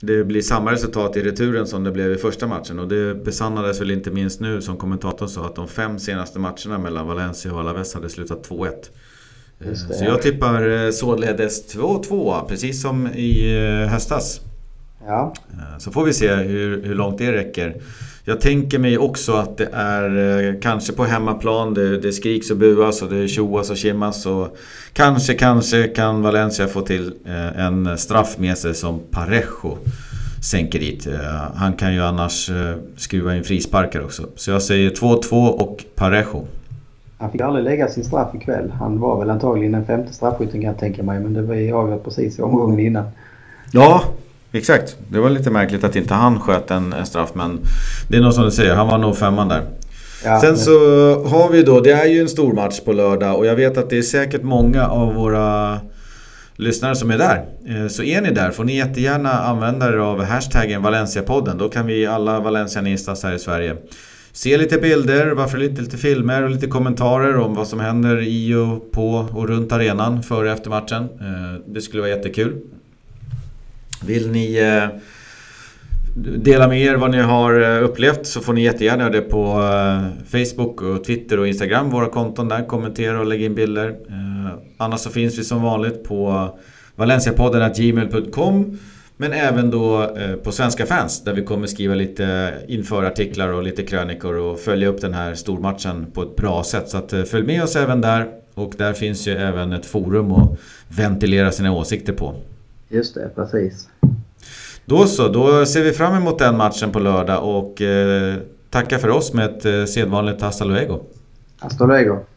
det blir samma resultat i returen som det blev i första matchen. Och det besannades väl inte minst nu som kommentatorn sa att de fem senaste matcherna mellan Valencia och Alaves hade slutat två ett. Så jag tippar således två två, precis som i höstas.
Ja.
Så får vi se hur, hur långt det räcker. Jag tänker mig också att det är kanske på hemmaplan, det, det skriks och buas och det tjoas och kimmas. Och kanske, kanske kan Valencia få till en straff med sig som Parejo sänker dit. Han kan ju annars skruva in frisparkar också. Så jag säger två två och Parejo.
Han fick aldrig lägga sin straff ikväll. Han var väl antagligen den femte straffskytten kan jag tänka mig. Men det var ju avgjort precis i omgången innan.
Ja, exakt. Det var lite märkligt att inte han sköt en, en straff. Men det är nog som du säger. Han var nog femman där. Ja, Sen men... så har vi då, det är ju en stor match på lördag. Och jag vet att det är säkert många av våra lyssnare som är där. Så är ni där får ni jättegärna använda er av hashtaggen Valencia-podden. Då kan vi alla valencianistas här i Sverige se lite bilder, varför lite, lite filmer och lite kommentarer om vad som händer i och på och runt arenan före och efter matchen. Det skulle vara jättekul. Vill ni dela med er vad ni har upplevt så får ni jättegärna göra det på Facebook och Twitter och Instagram. Våra konton där, kommentera och lägga in bilder. Annars så finns vi som vanligt på valenciapodden at gmail dot com. Men även då eh, på Svenska Fans där vi kommer skriva lite införartiklar och lite krönikor och följa upp den här stormatchen på ett bra sätt. Så att, eh, följ med oss även där och där finns ju även ett forum att ventilera sina åsikter på.
Just det, precis.
Då så, då ser vi fram emot den matchen på lördag och eh, tackar för oss med ett eh, sedvanligt hasta luego.
Hasta luego.